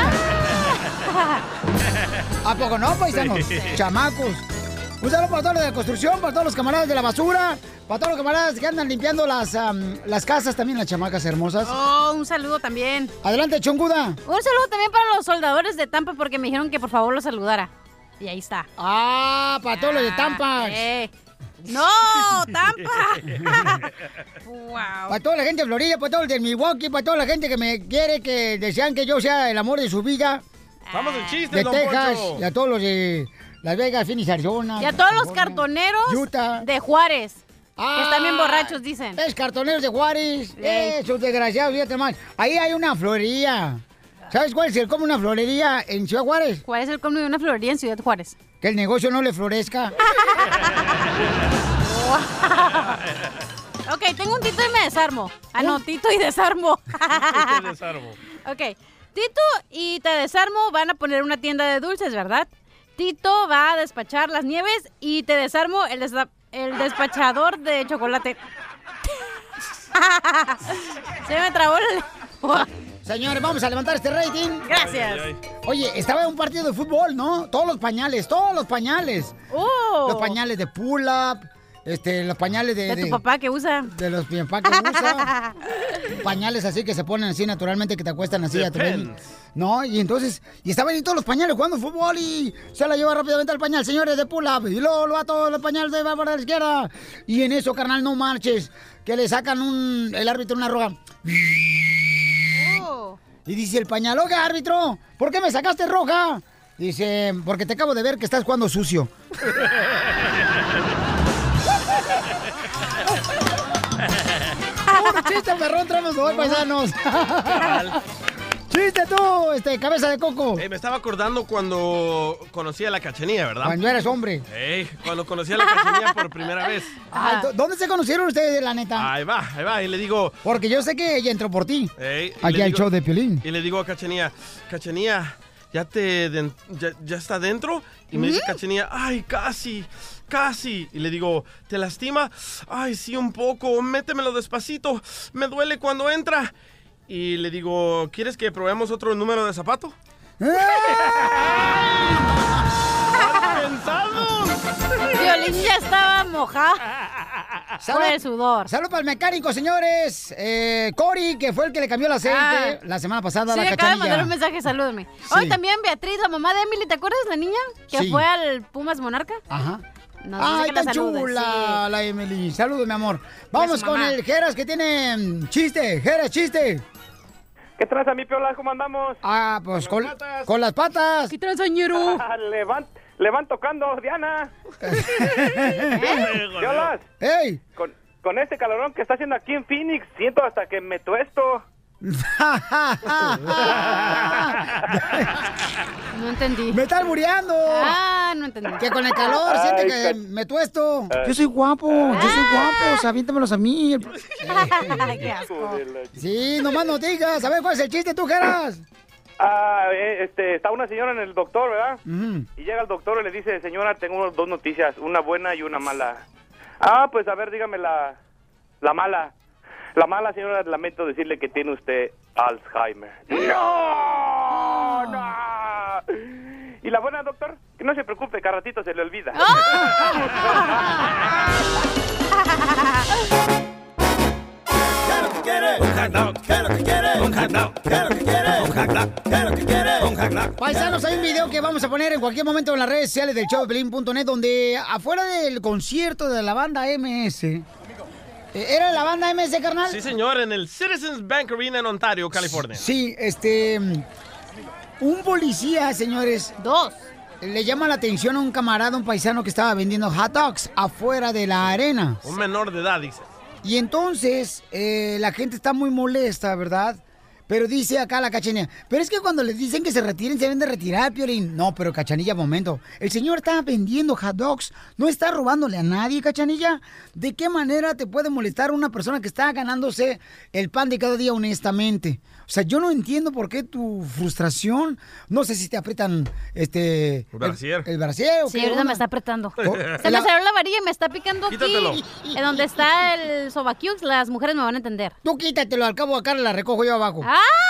Speaker 2: ¿A poco no, paisanos?
Speaker 3: Sí.
Speaker 2: Chamacos. Un saludo para todos los de la construcción, para todos los camaradas de la basura, para todos los camaradas que andan limpiando las, am, las casas, también las chamacas hermosas.
Speaker 4: Oh, un saludo también.
Speaker 2: Adelante, Chonguda.
Speaker 4: Un saludo también para los soldadores de Tampa porque me dijeron que por favor los saludara. Y ahí está.
Speaker 2: Ah, para todos los de Tampa.
Speaker 4: Eh. ¡No! ¡Tampa! ¡Wow!
Speaker 2: Para toda la gente de Florida, para todos los de Milwaukee, para toda la gente que me quiere, que desean que yo sea el amor de su vida.
Speaker 3: Vamos de chistes,
Speaker 2: De
Speaker 3: don
Speaker 2: Texas,
Speaker 3: Poncho.
Speaker 2: y a todos los de Las Vegas, Phoenix, Arizona.
Speaker 4: Y a todos los
Speaker 2: California,
Speaker 4: cartoneros
Speaker 2: Utah.
Speaker 4: de Juárez.
Speaker 2: Ah,
Speaker 4: Que están bien borrachos, dicen.
Speaker 2: Es cartoneros de Juárez.
Speaker 4: Ey.
Speaker 2: Esos desgraciados, fíjate más. Ahí hay una florería. ¿Sabes cuál es el como una florería en Ciudad Juárez?
Speaker 4: ¿Cuál es el colmo de una florería en Ciudad Juárez?
Speaker 2: Que el negocio no le florezca.
Speaker 4: Ok, tengo un Tito y me desarmo. Ah, no, Tito y desarmo.
Speaker 3: Te desarmo.
Speaker 4: Ok, Tito y Te Desarmo van a poner una tienda de dulces, ¿verdad? Tito va a despachar las nieves y Te Desarmo el, desa- el despachador de chocolate. Se me trabó el...
Speaker 2: Señores, vamos a levantar este rating.
Speaker 4: Gracias.
Speaker 2: Oye, estaba en un partido de fútbol, ¿no? Todos los pañales, todos los pañales.
Speaker 4: Oh.
Speaker 2: Los pañales de pull-up, este, los pañales de...
Speaker 4: De tu papá que usa.
Speaker 2: De los mi papá que usa. Pañales así que se ponen así naturalmente, que te acuestan así a tu baby. No, y entonces, y estaban ahí todos los pañales jugando fútbol y se la lleva rápidamente al pañal, señores, de pull-up. Y luego lo va todos los pañales de para la izquierda. Y en eso, carnal, no marches, que le sacan un, el árbitro una roja. Y dice el pañal, oiga, árbitro, ¿por qué me sacaste roja? Dice, porque te acabo de ver que estás jugando sucio. ¡Puro chiste, perrón! ¡Traemos hoy, paisanos! ¡Chiste tú, este, cabeza de coco!
Speaker 3: Hey, me estaba acordando cuando conocí a la Cachanilla, ¿verdad?
Speaker 2: Cuando eres hombre.
Speaker 3: Hey, cuando conocí a la Cachanilla por primera vez.
Speaker 2: Ay, ¿dónde se conocieron ustedes, la neta?
Speaker 3: Ahí va, ahí va, y le digo...
Speaker 2: Porque yo sé que ella entró por ti.
Speaker 3: Hey,
Speaker 2: aquí al show de Piolín.
Speaker 3: Y le digo a Cachanilla, Cachanilla, ¿ya te den- ya, ya está dentro? Y me
Speaker 2: ¿Mm?
Speaker 3: dice Cachanilla, ay, casi, casi. Y le digo, ¿te lastima? Ay, sí, un poco, métemelo despacito, me duele cuando entra. Y le digo, ¿quieres que probemos otro número de zapato?
Speaker 4: Piolín ya estaba mojado. Por el sudor.
Speaker 2: Salud para el mecánico, señores. Eh, Cory, que fue el que le cambió el aceite
Speaker 4: Ah.
Speaker 2: la semana pasada
Speaker 4: Sí,
Speaker 2: a la
Speaker 4: acaba de mandar
Speaker 2: Cachanilla.
Speaker 4: un mensaje, salúdame.
Speaker 2: Sí.
Speaker 4: Hoy también Beatriz, la mamá de Emily, ¿te acuerdas la niña? Que
Speaker 2: Sí.
Speaker 4: fue al Pumas Monarca.
Speaker 2: Ajá.
Speaker 4: Nos dice
Speaker 2: Ay,
Speaker 4: que la
Speaker 2: tan
Speaker 4: saludes,
Speaker 2: chula
Speaker 4: sí.
Speaker 2: la Emily. Saludos, mi amor. Vamos
Speaker 4: su
Speaker 2: con
Speaker 4: mamá.
Speaker 2: el Geras que tiene mm, chiste. Geras, chiste.
Speaker 14: ¿Qué tranza, mi Piola? ¿Cómo andamos?
Speaker 2: Ah, pues con, con las patas.
Speaker 4: ¿Qué transañero?
Speaker 14: le, van, le van tocando, Diana. Piolas.
Speaker 2: ¡Ey!
Speaker 14: Con, con este calorón que está haciendo aquí en Phoenix, siento hasta que me tuesto.
Speaker 4: No entendí.
Speaker 2: ¡Me estás muriendo!
Speaker 4: Ah, no entendí.
Speaker 2: Que con el calor
Speaker 14: Ay,
Speaker 2: siente que
Speaker 14: con-
Speaker 2: me tuesto.
Speaker 14: Ay.
Speaker 2: Yo soy guapo, yo soy guapo. O sea, aviéntamelos a mí.
Speaker 4: Qué asco.
Speaker 2: Sí, nomás no digas. A ver, ¿cuál es el chiste tú, Geras?
Speaker 14: Ah, eh, este, está una señora en el doctor, ¿verdad?
Speaker 2: Mm.
Speaker 14: Y llega el doctor y le dice, señora, tengo dos noticias, una buena y una mala. Ah, pues a ver, dígame la, la mala. La mala, señora, lamento decirle que tiene usted Alzheimer. ¡No! ¡No! Y la buena, doctor, que no se preocupe, que a ratito se le olvida.
Speaker 2: Paisanos, hay un video que vamos a poner en cualquier momento en las redes sociales del show de Pelín punto net, donde afuera del concierto de la banda M S. eh, ¿Era la banda M S, carnal?
Speaker 3: Sí, señor, en el Citizens Bank Arena en Ontario, California.
Speaker 2: Sí, este... Un policía, señores.
Speaker 4: Dos.
Speaker 2: Le llama la atención a un camarada, un paisano que estaba vendiendo hot dogs afuera de la arena.
Speaker 3: Un menor de edad, dice.
Speaker 2: Y entonces, eh, la gente está muy molesta, ¿verdad? Pero dice acá la Cachanilla, pero es que cuando les dicen que se retiren, se deben de retirar, Piolín. No, pero Cachanilla, momento. El señor está vendiendo hot dogs, no está robándole a nadie, Cachanilla. ¿De qué manera te puede molestar una persona que está ganándose el pan de cada día honestamente? O sea, yo no entiendo por qué tu frustración. No sé si te aprietan este...
Speaker 3: El brasier.
Speaker 2: El, el brasier o
Speaker 4: Sí,
Speaker 2: qué
Speaker 4: ahorita
Speaker 2: onda.
Speaker 4: me está apretando.
Speaker 2: Oh,
Speaker 4: Se
Speaker 2: la-
Speaker 4: me salió la varilla y me está picando aquí.
Speaker 3: Quítatelo.
Speaker 4: En donde está el sobaquiux, las mujeres me van a entender.
Speaker 2: Tú quítatelo, al cabo acá la recojo yo abajo.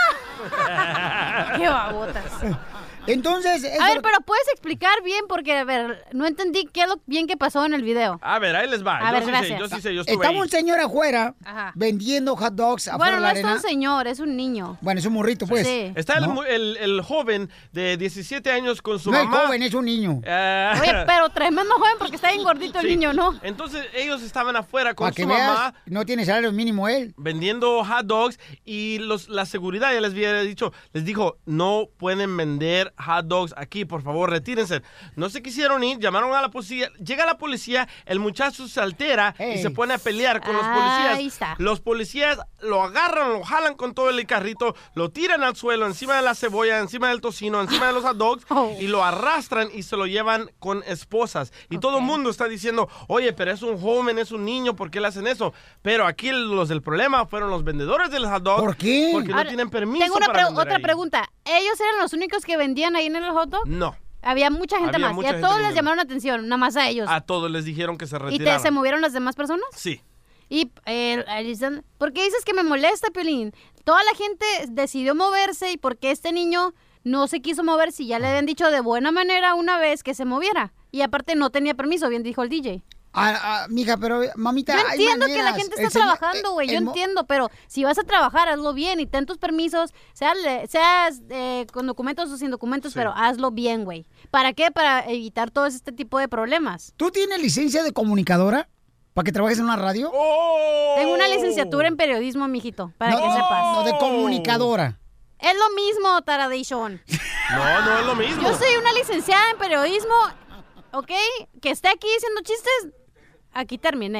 Speaker 4: ¡Ah! ¡Qué babotas!
Speaker 2: Entonces... eso-
Speaker 4: A ver, pero puedes explicar bien porque, a ver, no entendí qué es lo bien que pasó en el video.
Speaker 3: A ver, ahí les va.
Speaker 4: A
Speaker 3: yo
Speaker 4: ver,
Speaker 3: sí sé,
Speaker 4: gracias.
Speaker 3: yo sí sé, yo estuve
Speaker 2: Estaba
Speaker 3: ahí.
Speaker 2: un señor afuera
Speaker 4: Ajá.
Speaker 2: vendiendo hot dogs afuera
Speaker 4: Bueno,
Speaker 2: de
Speaker 4: no
Speaker 2: la
Speaker 4: es
Speaker 2: arena.
Speaker 4: un señor, es un niño.
Speaker 2: Bueno, es un morrito, pues.
Speaker 4: Sí.
Speaker 3: Está el,
Speaker 2: ¿No?
Speaker 3: mu- el, el joven de diecisiete años con su
Speaker 2: No es
Speaker 3: mamá.
Speaker 2: joven, es un niño.
Speaker 3: Eh,
Speaker 4: Oye, pero tremendo joven porque está bien gordito el
Speaker 3: sí.
Speaker 4: niño, ¿no?
Speaker 3: Entonces ellos estaban afuera con
Speaker 2: Para que
Speaker 3: su
Speaker 2: veas,
Speaker 3: mamá
Speaker 2: no tiene salario mínimo él.
Speaker 3: vendiendo hot dogs y los, la seguridad ya les había dicho, les dijo, no pueden vender hot dogs aquí, por favor, retírense. No se quisieron ir, llamaron a la policía, llega la policía, el muchacho se altera y
Speaker 2: Hey.
Speaker 3: se pone a pelear con los
Speaker 4: Ahí
Speaker 3: policías.
Speaker 4: está.
Speaker 3: Los policías lo agarran, lo jalan con todo el carrito, lo tiran al suelo, encima de la cebolla, encima del tocino, encima de los hot dogs
Speaker 4: Oh.
Speaker 3: y lo arrastran y se lo llevan con esposas. Y todo el mundo está diciendo, oye, pero es un joven, es un niño, ¿por qué le hacen eso? Pero aquí los del problema fueron los vendedores del hot dog.
Speaker 2: ¿Por qué?
Speaker 3: Porque no
Speaker 4: Ahora,
Speaker 3: tienen permiso
Speaker 4: Tengo una
Speaker 3: para
Speaker 4: pre-
Speaker 3: vender
Speaker 4: otra
Speaker 3: ahí.
Speaker 4: pregunta. ¿Ellos eran los únicos que vendían ahí en el hot dog?
Speaker 3: No,
Speaker 4: Había mucha gente
Speaker 3: Había
Speaker 4: más.
Speaker 3: mucha
Speaker 4: y a
Speaker 3: gente
Speaker 4: todos les
Speaker 3: vendiendo.
Speaker 4: llamaron la atención, nada más a ellos.
Speaker 3: a todos les dijeron que se
Speaker 4: ¿Y te,
Speaker 3: retiraran.
Speaker 4: se movieron las demás personas?
Speaker 3: Sí.
Speaker 4: Y, eh, Alison, ¿por qué dices que me molesta, Piolín? Toda la gente decidió moverse y ¿por qué este niño no se quiso mover si ya le habían dicho de buena manera una vez que se moviera? Y aparte no tenía permiso, bien dijo el D J.
Speaker 2: Ah, ah, mija, pero mamita,
Speaker 4: yo
Speaker 2: hay
Speaker 4: entiendo que la
Speaker 2: maneras.
Speaker 4: gente está
Speaker 2: El señor-
Speaker 4: trabajando, güey,
Speaker 2: el
Speaker 4: yo
Speaker 2: mo-
Speaker 4: entiendo, pero si vas a trabajar, hazlo bien y ten tus permisos, sea, le- seas eh, con documentos o sin documentos, pero hazlo bien, güey. ¿Para qué? Para evitar todo este tipo de problemas.
Speaker 2: ¿Tú tienes licencia de comunicadora para que trabajes en una radio?
Speaker 4: Tengo una licenciatura en periodismo, mijito, para
Speaker 2: No,
Speaker 4: que sepas.
Speaker 2: no, de comunicadora.
Speaker 4: Es lo mismo, Taradation.
Speaker 3: No, no es lo mismo.
Speaker 4: Yo soy una licenciada en periodismo, ¿ok? Que esté aquí diciendo chistes, aquí terminé.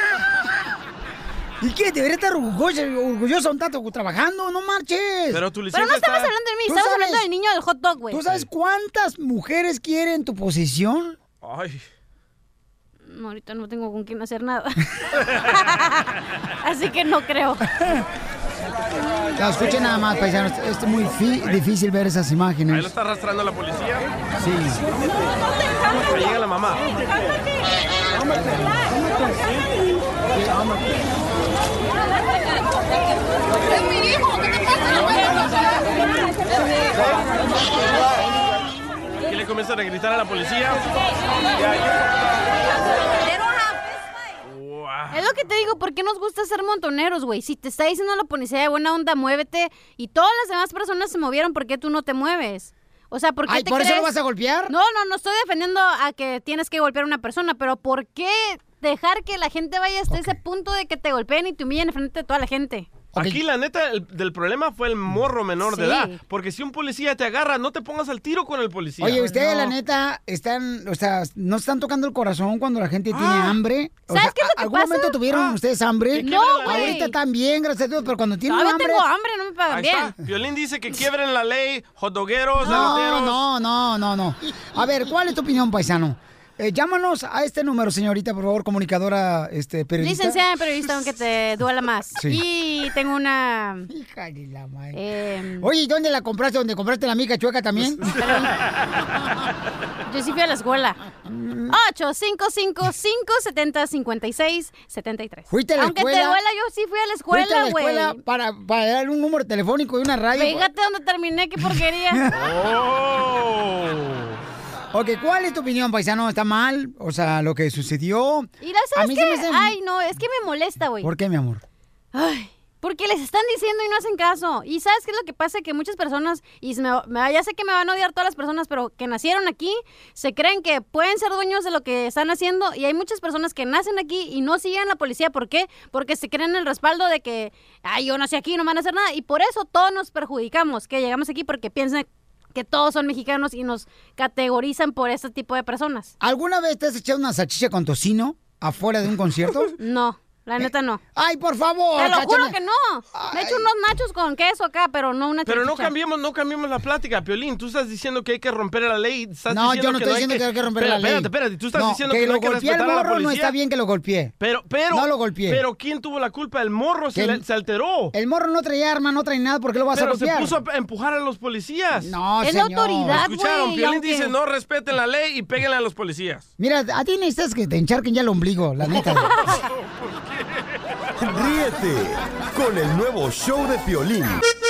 Speaker 2: ¿Y qué? Debería estar orgulloso, orgulloso un tanto trabajando, no marches.
Speaker 3: Pero tu
Speaker 4: Pero no estamos hablando de mí,
Speaker 2: ¿Tú
Speaker 4: estamos
Speaker 2: sabes-
Speaker 4: hablando del niño del hot dog, güey.
Speaker 2: ¿Tú sabes cuántas mujeres quieren tu posición?
Speaker 3: Ay.
Speaker 4: No, ahorita no tengo con quién hacer nada. Así que no creo.
Speaker 2: Ya, escuchen nada más, paisanos. Es muy fi- difícil ver esas
Speaker 3: Ahí
Speaker 2: imágenes.
Speaker 3: lo está arrastrando la policía.
Speaker 2: Sí.
Speaker 3: Ahí llega la mamá.
Speaker 9: ¡Es mi hijo! ¿Qué te pasa?
Speaker 3: Y le comienzan a gritar a la policía.
Speaker 4: Es lo que te digo, ¿por qué nos gusta ser montoneros, güey? Si te está diciendo la policía de buena onda, muévete, y todas las demás personas se movieron, ¿por qué tú no te mueves? O sea, ¿por qué
Speaker 2: Ay,
Speaker 4: te
Speaker 2: ¿por eso
Speaker 4: crees?
Speaker 2: lo vas a golpear?
Speaker 4: No, no, no estoy defendiendo a que tienes que golpear a una persona, pero ¿por qué dejar que la gente vaya hasta ese punto de que te golpeen y te humillen en frente de toda la gente?
Speaker 3: Aquí la neta el, del problema fue el morro menor de
Speaker 4: Sí.
Speaker 3: edad. Porque si un policía te agarra, no te pongas al tiro con el policía.
Speaker 2: Oye, ustedes, la neta, están, o sea, no están tocando el corazón cuando la gente tiene hambre. O
Speaker 4: ¿Sabes
Speaker 2: sea,
Speaker 4: qué es lo que
Speaker 2: ¿algún
Speaker 4: pasa?
Speaker 2: momento tuvieron
Speaker 4: Ah.
Speaker 2: ustedes hambre?
Speaker 4: No, güey.
Speaker 2: Ahorita están bien, gracias a Dios, pero cuando tienen
Speaker 4: Todavía
Speaker 2: hambre...
Speaker 4: tengo hambre, no me pagan
Speaker 3: Ahí
Speaker 4: bien.
Speaker 3: está. Violín dice que quiebren la ley, hotdogueros,
Speaker 2: No,
Speaker 3: eloteros.
Speaker 2: no, no, no, no. A ver, ¿cuál es tu opinión, paisano? Eh, llámanos a este número, señorita, por favor, comunicadora, este, periodista.
Speaker 4: Licenciada en periodista, aunque te duela más.
Speaker 2: Sí.
Speaker 4: Y tengo una...
Speaker 2: Hija de la madre.
Speaker 4: Eh,
Speaker 2: Oye, ¿y dónde la compraste? ¿Dónde compraste la mica chueca también?
Speaker 4: yo sí fui a la escuela. ocho cinco cinco, cinco siete cero, cinco seis siete tres.
Speaker 2: ¿Fuiste a la
Speaker 4: Aunque
Speaker 2: escuela?
Speaker 4: te duela, yo sí fui a la
Speaker 2: ¿Fuiste a la
Speaker 4: escuela, güey.
Speaker 2: escuela para, para dar un número telefónico y una radio?
Speaker 4: Fíjate dónde terminé, qué porquería.
Speaker 2: Ok, ¿cuál es tu opinión, paisano? ¿Está mal? O sea, lo que sucedió.
Speaker 4: Y la
Speaker 2: A
Speaker 4: sabes
Speaker 2: mí
Speaker 4: qué?
Speaker 2: se me hace-
Speaker 4: Ay, no, es que me molesta, güey.
Speaker 2: ¿Por qué, mi amor?
Speaker 4: Ay, porque les están diciendo y no hacen caso. Y ¿sabes qué es lo que pasa? Que muchas personas, y se me, me- ya sé que me van a odiar todas las personas, pero que nacieron aquí, se creen que pueden ser dueños de lo que están haciendo. Y hay muchas personas que nacen aquí y no siguen la policía. ¿Por qué? Porque se creen el respaldo de que, ay, yo nací aquí, no me van a hacer nada. Y por eso todos nos perjudicamos, que llegamos aquí porque piensan que todos son mexicanos y nos categorizan por este tipo de personas.
Speaker 2: ¿Alguna vez te has echado una salchicha con tocino afuera de un concierto?
Speaker 4: No, la neta no.
Speaker 2: Ay, por favor.
Speaker 4: Te lo juro
Speaker 2: Cachanilla.
Speaker 4: que no. Me he hecho unos nachos con queso acá, pero no una
Speaker 3: Pero no
Speaker 4: salchicha.
Speaker 3: cambiemos, no cambiemos la plática, Piolín. Tú estás diciendo que hay que romper la ley. Estás
Speaker 2: No,
Speaker 3: diciendo
Speaker 2: yo no
Speaker 3: que
Speaker 2: estoy
Speaker 3: hay
Speaker 2: diciendo que hay que romper
Speaker 3: Espera,
Speaker 2: la ley.
Speaker 3: Espérate, espérate. Tú estás
Speaker 2: No,
Speaker 3: diciendo
Speaker 2: que
Speaker 3: que, no
Speaker 2: lo
Speaker 3: hay que
Speaker 2: golpeé al
Speaker 3: respetar a la
Speaker 2: morro, no
Speaker 3: policía.
Speaker 2: está bien que lo golpeé.
Speaker 3: Pero, pero.
Speaker 2: No lo golpeé.
Speaker 3: Pero ¿quién tuvo la culpa? El morro se,
Speaker 2: Que
Speaker 3: le-
Speaker 2: el-
Speaker 3: se alteró.
Speaker 2: El morro no trae arma, no trae nada, ¿por qué lo vas
Speaker 3: Pero
Speaker 2: a golpear?
Speaker 3: se puso a empujar a los policías.
Speaker 2: No, Es la señor. autoridad,
Speaker 3: Escucharon,
Speaker 2: güey,
Speaker 3: Piolín
Speaker 2: aunque-
Speaker 3: dice no respeten la ley y péguenle a los policías.
Speaker 2: Mira, a ti necesitas que te encharquen ya el ombligo, la neta.
Speaker 7: Ríete con el nuevo show de Piolín.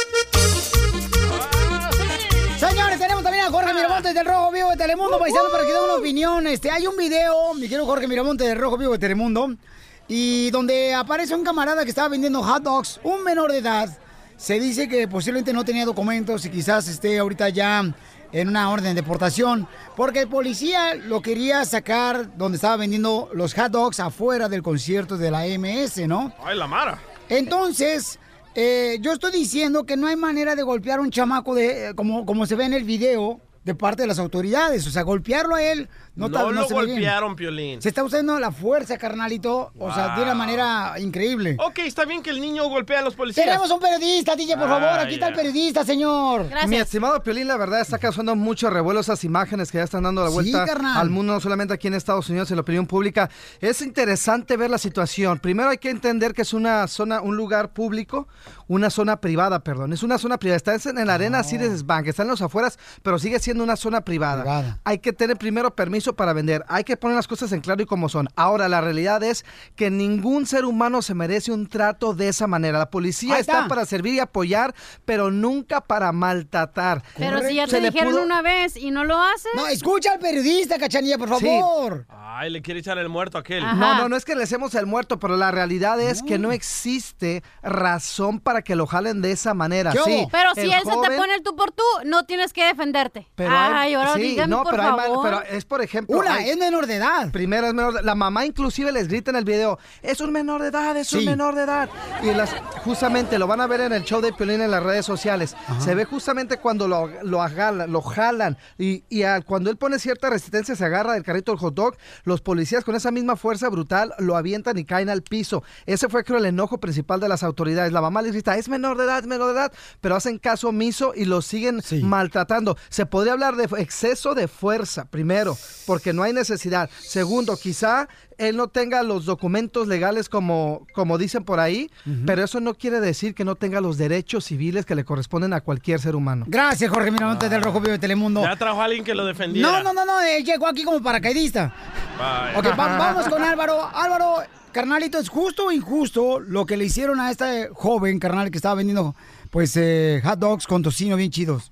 Speaker 2: Señores, tenemos también a Jorge Miramontes del Rojo Vivo de Telemundo, paisano, para que dé una opinión. Este, hay un video, mi querido Jorge Miramontes del Rojo Vivo de Telemundo, y donde aparece un camarada que estaba vendiendo hot dogs, un menor de edad. Se dice que posiblemente no tenía documentos y quizás esté ahorita ya en una orden de deportación, porque el policía lo quería sacar donde estaba vendiendo los hot dogs afuera del concierto de la M S, ¿no?
Speaker 3: Ay, la Mara.
Speaker 2: Entonces, eh, yo estoy diciendo que no hay manera de golpear a un chamaco de, eh, como, como se ve en el video de parte de las autoridades. O sea, golpearlo a él no,
Speaker 3: No,
Speaker 2: tal- no
Speaker 3: lo
Speaker 2: se ve bien.
Speaker 3: golpearon, Piolín.
Speaker 2: Se está usando la fuerza, carnalito. O sea, de una
Speaker 3: Wow.
Speaker 2: manera increíble.
Speaker 3: Ok, está bien que el niño golpea a los policías.
Speaker 2: Tenemos un periodista, D J, por favor.
Speaker 3: Ah,
Speaker 2: Aquí está el
Speaker 3: ya.
Speaker 2: periodista, señor.
Speaker 15: Mi estimado Piolín, la verdad está causando mucho revuelo esas imágenes que ya están dando la
Speaker 2: Sí,
Speaker 15: vuelta
Speaker 2: carnal.
Speaker 15: al mundo, no solamente aquí en Estados Unidos, en la opinión pública. Es interesante ver la situación. Primero hay que entender que es una zona, un lugar público, una zona privada, perdón. Es una zona privada. Está en la arena Citizens Bank, está en los afueras, pero sigue siendo siendo una zona privada.
Speaker 2: Privada.
Speaker 15: Hay que tener primero permiso para vender. Hay que poner las cosas en claro y como son. Ahora, la realidad es que ningún ser humano se merece un trato de esa manera. La policía
Speaker 2: Ahí
Speaker 15: está.
Speaker 2: está.
Speaker 15: para servir y apoyar, pero nunca para maltratar.
Speaker 4: Pero si ya
Speaker 15: Se
Speaker 4: te
Speaker 15: le
Speaker 4: dijeron
Speaker 15: pudo-
Speaker 4: una vez y no lo haces.
Speaker 2: No, escucha al periodista, Cachanilla, por
Speaker 15: Sí.
Speaker 2: favor.
Speaker 3: Ay, le quiere echar el muerto a aquel.
Speaker 15: No, no, no es que le hacemos el muerto, pero la realidad es que no existe razón para que lo jalen de esa manera. Sí,
Speaker 4: Pero si
Speaker 15: el
Speaker 4: él se te
Speaker 15: joven-
Speaker 4: pone el tú por tú, no tienes que defenderte.
Speaker 15: Pero
Speaker 4: Ay,
Speaker 15: hay-
Speaker 4: ahora
Speaker 15: sí,
Speaker 4: dígame,
Speaker 15: no,
Speaker 4: por
Speaker 15: pero, hay mal-
Speaker 4: favor.
Speaker 15: pero es por ejemplo.
Speaker 2: Una,
Speaker 15: hay-
Speaker 2: es menor de edad.
Speaker 15: Primero es menor de La mamá inclusive les grita en el video, es un menor de edad, es un
Speaker 2: Sí.
Speaker 15: menor de edad. Y las, justamente lo van a ver en el show de Piolín en las redes sociales. Se ve justamente cuando lo, lo, agalan, lo jalan y, y al- cuando él pone cierta resistencia, se agarra del carrito del hot dog, los policías con esa misma fuerza brutal lo avientan y caen al piso. Ese fue creo el enojo principal de las autoridades. La mamá les grita, es menor de edad, es menor de edad, pero hacen caso omiso y lo siguen maltratando. Se podría hablar de exceso de fuerza, primero, porque no hay necesidad. Segundo, quizá él no tenga los documentos legales como, como dicen por ahí, pero eso no quiere decir que no tenga los derechos civiles que le corresponden a cualquier ser humano.
Speaker 2: Gracias, Jorge Miramontes del Rojo Vivo de Telemundo.
Speaker 3: Ya trajo a alguien que lo defendiera.
Speaker 2: No, no, no, no, él llegó aquí como paracaidista.
Speaker 3: Vaya.
Speaker 2: Ok, va- vamos con Álvaro. Álvaro, carnalito, ¿es justo o injusto lo que le hicieron a este joven, carnal, que estaba vendiendo, pues, eh, hot dogs con tocino bien chidos?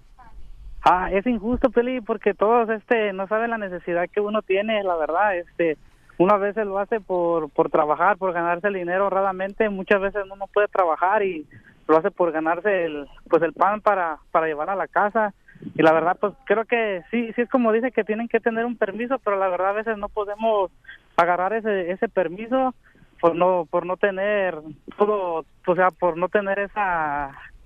Speaker 16: Ah, es injusto, Peli, porque todos este no saben la necesidad que uno tiene, la verdad. Este, uno a veces lo hace por por trabajar, por ganarse el dinero honradamente. Muchas veces uno no puede trabajar y lo hace por ganarse el pues el pan para para llevar a la casa. Y la verdad, pues creo que sí, sí es como dice que tienen que tener un permiso, pero la verdad a veces no podemos agarrar ese ese permiso por no por no tener todo, o sea, por no tener esa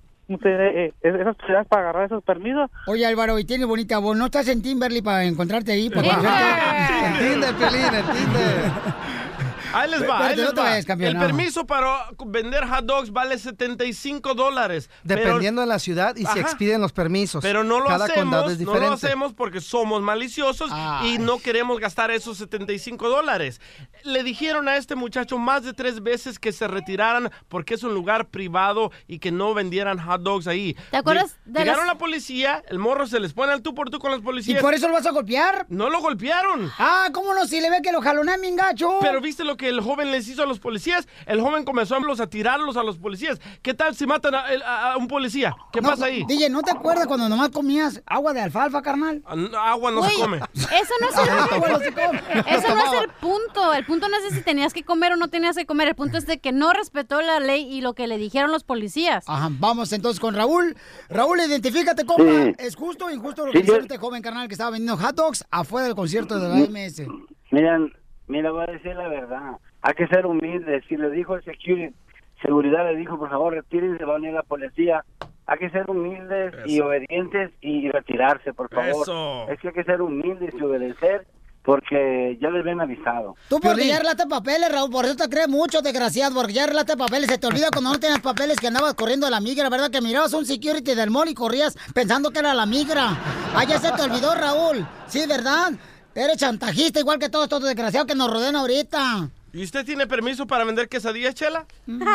Speaker 16: eh, esas posibilidades para agarrar esos permisos.
Speaker 2: Oye, Álvaro, y tienes bonita voz. ¿No estás en Timberly para encontrarte ahí? Para
Speaker 15: En Tinder, Pelín, en Tinder.
Speaker 3: Ahí les va,
Speaker 2: Pero
Speaker 3: ahí
Speaker 2: no
Speaker 3: les
Speaker 2: te
Speaker 3: va.
Speaker 2: vayas, campeón,
Speaker 3: El
Speaker 2: no.
Speaker 3: permiso para vender hot dogs vale setenta y cinco dólares.
Speaker 15: Dependiendo de la ciudad y se
Speaker 3: Ajá.
Speaker 15: expiden los permisos.
Speaker 3: Pero no lo
Speaker 15: Cada condado
Speaker 3: hacemos,
Speaker 15: es
Speaker 3: no
Speaker 15: diferente.
Speaker 3: lo hacemos porque somos maliciosos y no queremos gastar esos setenta y cinco dólares. Le dijeron a este muchacho más de tres veces que se retiraran porque es un lugar privado y que no vendieran hot dogs ahí.
Speaker 4: ¿Te acuerdas
Speaker 3: Lle-
Speaker 4: de
Speaker 3: Llegaron
Speaker 4: las-
Speaker 3: la policía, el morro se les pone al tú por tú con los
Speaker 2: ¿Y
Speaker 3: policías.
Speaker 2: por eso lo vas a golpear?
Speaker 3: No lo golpearon.
Speaker 2: Ah, ¿cómo no? Si le ve que lo jalonean bien gacho.
Speaker 3: Pero viste lo que el joven les hizo a los policías. El joven comenzó a, a tirarlos a los policías. ¿Qué tal si matan a, a- a un policía? ¿Qué
Speaker 2: No,
Speaker 3: pasa ahí?
Speaker 2: D J, ¿no te acuerdas cuando nomás comías agua de alfalfa, carnal?
Speaker 3: Ah, no, Agua no
Speaker 4: Güey,
Speaker 3: se come.
Speaker 4: Eso no es el
Speaker 2: Agua no se come.
Speaker 4: Eso no es el punto. El punto no es de si tenías que comer o no tenías que comer. El punto es de que no respetó la ley y lo que le dijeron los policías.
Speaker 2: Ajá, vamos entonces con Raúl. Raúl, identifícate, compa.
Speaker 17: Sí.
Speaker 2: ¿Es justo o injusto lo
Speaker 17: Sí,
Speaker 2: que hizo
Speaker 17: yo-
Speaker 2: este joven, carnal, que estaba vendiendo hot dogs afuera del concierto de la M S?
Speaker 17: Miren, mira, voy a decir la verdad. Hay que ser humilde. Si le dijo el security, seguridad le dijo, por favor, retírense, va a venir la policía. Hay que ser humildes y obedientes y retirarse, por favor.
Speaker 3: Eso.
Speaker 17: Es que hay que ser humildes y obedecer porque ya les ven avisado.
Speaker 2: Tú porque ya arreglaste papeles, Raúl, por eso te crees mucho, desgraciado, porque ya arreglaste papeles. Se te olvida cuando no tenías papeles que andabas corriendo a la migra, ¿verdad? Que mirabas un security del mall y corrías pensando que era la migra. Ah, ya se te olvidó, Raúl. Sí, ¿verdad? Eres chantajista igual que todos estos desgraciados que nos rodean ahorita.
Speaker 3: ¿Y usted tiene permiso para vender quesadillas, Chela?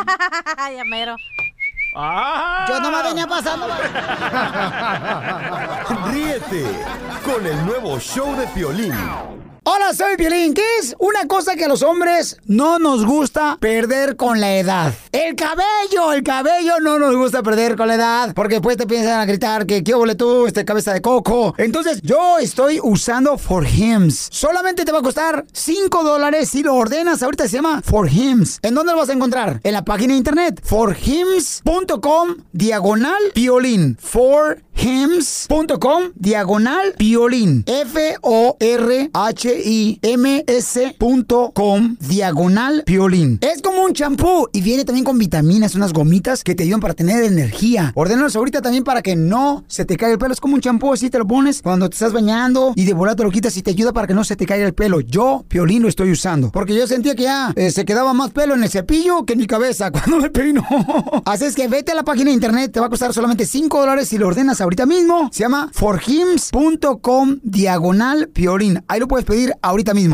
Speaker 4: Ya mero.
Speaker 3: ¡Ah!
Speaker 2: Yo nomás venía pasando.
Speaker 7: Ríete con el nuevo show de Piolín.
Speaker 2: Hola, soy Piolín. ¿Qué es una cosa que a los hombres no nos gusta perder con la edad? El cabello, el cabello no nos gusta perder con la edad, porque después te piensan a gritar que qué ole tú, este cabeza de coco. Entonces yo estoy usando For Hims. Solamente te va a costar cinco dólares si lo ordenas. Ahorita se llama For Hims. ¿En dónde lo vas a encontrar? En la página de internet for hims punto com diagonal Piolín. for hims punto com diagonal Piolín. F O R H I M S punto com diagonal Piolín. Es como un champú y viene también con vitaminas, unas gomitas que te ayudan para tener energía. Ordénalos ahorita también para que no se te caiga el pelo. Es como un champú, así te lo pones cuando te estás bañando y de volada te lo quitas y te ayuda para que no se te caiga el pelo. Yo, Piolín, lo estoy usando porque yo sentía que ya eh, se quedaba más pelo en el cepillo que en mi cabeza cuando me peino. Así es que vete a la página de internet, te va a costar solamente cinco dólares si lo ordenas ahorita mismo. Se llama for hims punto com diagonal Piolín. Ahí lo puedes pedir ahorita mismo.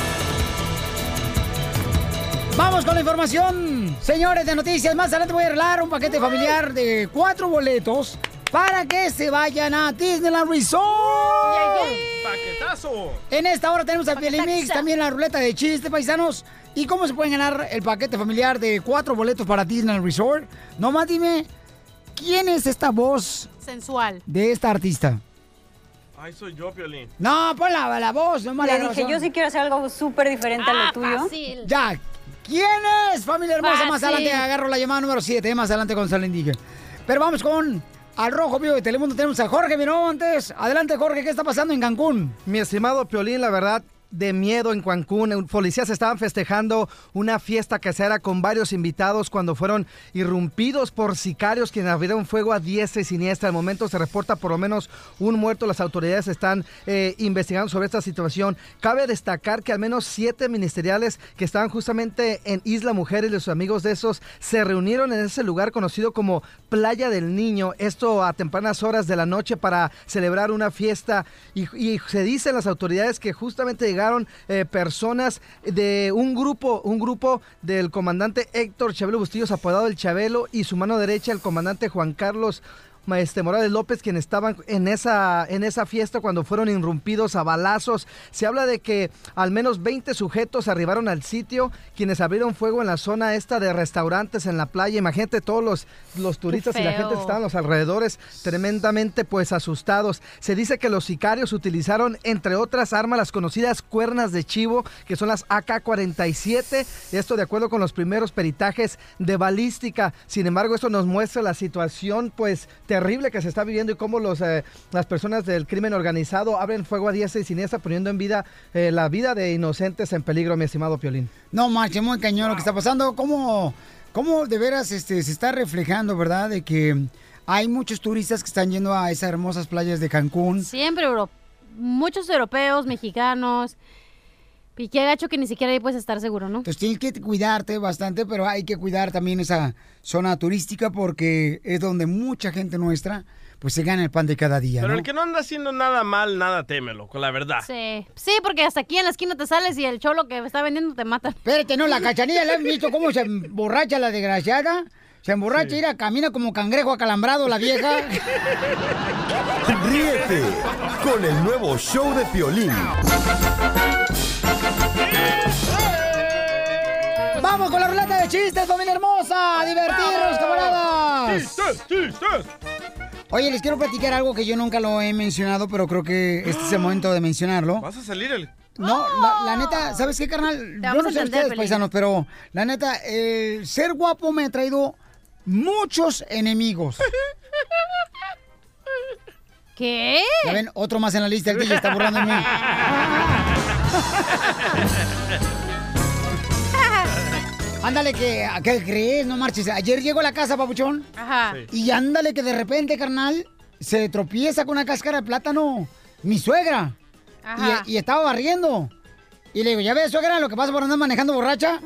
Speaker 2: Vamos con la información, señores de noticias. Más adelante voy a arreglar un paquete familiar de cuatro boletos para que se vayan a Disneyland Resort.
Speaker 3: ¡Paquetazo!
Speaker 2: En esta hora tenemos a Piolín Mix, también la ruleta de chistes, paisanos. ¿Y cómo se pueden ganar el paquete familiar de cuatro boletos para Disneyland Resort? Nomás dime, ¿quién es esta voz
Speaker 4: sensual
Speaker 2: de esta artista?
Speaker 3: Ay, soy yo, Piolín.
Speaker 2: No, pon la, la voz, no
Speaker 13: Le dije, yo sí quiero hacer algo súper diferente a lo tuyo.
Speaker 4: Fácil.
Speaker 2: Ya, ¿quién es, familia hermosa?
Speaker 4: Fácil.
Speaker 2: Más adelante agarro la llamada número siete, más adelante con Salen Dije. Pero vamos con Al Rojo Vivo de Telemundo. Tenemos a Jorge Miramontes. Adelante, Jorge, ¿qué está pasando en Cancún?
Speaker 15: Mi estimado Piolín, la verdad, de miedo en Cancún. Policías estaban festejando una fiesta casera con varios invitados cuando fueron irrumpidos por sicarios quienes abrieron fuego a diestra y siniestra. Al momento se reporta por lo menos un muerto. Las autoridades están eh, investigando sobre esta situación. Cabe destacar que al menos siete ministeriales que estaban justamente en Isla Mujeres y sus amigos de esos se reunieron en ese lugar conocido como Playa del Niño. Esto a tempranas horas de la noche para celebrar una fiesta. Y, y se dicen las autoridades que justamente llegaron Llegaron eh, personas de un grupo, un grupo del comandante Héctor Chabelo Bustillos, apodado el Chabelo, y su mano derecha, el comandante Juan Carlos Este, Morales López, quienes estaban en esa, en esa fiesta cuando fueron irrumpidos a balazos. Se habla de que al menos veinte sujetos arribaron al sitio, quienes abrieron fuego en la zona esta de restaurantes en la playa. Imagínate todos los, los turistas y la gente que estaban a los alrededores tremendamente pues asustados. Se dice que los sicarios utilizaron entre otras armas las conocidas cuernas de chivo, que son las A K cuarenta y siete, esto de acuerdo con los primeros peritajes de balística. Sin embargo, esto nos muestra la situación pues terrible que se está viviendo y cómo los, eh, las personas del crimen organizado abren fuego a diestra y siniestra, poniendo en vida eh, la vida de inocentes en peligro, mi estimado Piolín.
Speaker 2: No, marche, muy cañón lo que está pasando. ¿Cómo, cómo de veras este, se está reflejando, verdad, de que hay muchos turistas que están yendo a esas hermosas playas de Cancún?
Speaker 4: Siempre, Euro muchos europeos, mexicanos. Y qué gacho que ni siquiera ahí puedes estar seguro, ¿no?
Speaker 2: Entonces tienes que cuidarte bastante, pero hay que cuidar también esa zona turística porque es donde mucha gente nuestra pues se gana el pan de cada día,
Speaker 3: Pero
Speaker 2: ¿no?
Speaker 3: el que no anda haciendo nada mal, nada témelo, con la verdad.
Speaker 4: Sí, sí, porque hasta aquí en la esquina te sales y el cholo que está vendiendo te mata.
Speaker 2: Espérate, no, la Cachanilla, ¿la has visto cómo se emborracha la desgraciada? Se emborracha, sí. Mira, camina como cangrejo acalambrado la vieja.
Speaker 7: Ríete con el nuevo show de Piolín.
Speaker 2: ¡Vamos con la ruleta de chistes, familia hermosa! ¡A divertirnos, camaradas!
Speaker 3: ¡Chistes, chistes!
Speaker 2: Oye, les quiero platicar algo que yo nunca lo he mencionado, pero creo que este es el momento de mencionarlo.
Speaker 3: ¿Vas a salir el...?
Speaker 2: No, la, la neta, ¿sabes qué, carnal? Yo no sé ustedes, paisanos, pero la neta, el ser guapo me ha traído muchos enemigos.
Speaker 4: ¿Qué?
Speaker 2: Ya ven, otro más en la lista, el D J está burlando de mí. Ándale, que, ¿qué crees? No marches. Ayer llego a la casa, papuchón.
Speaker 4: Ajá.
Speaker 2: Sí. Y ándale, que de repente, carnal, se tropieza con una cáscara de plátano. Mi suegra.
Speaker 4: Ajá.
Speaker 2: Y, y estaba barriendo. Y le digo, ¿ya ves, suegra, lo que pasa por andar manejando borracha?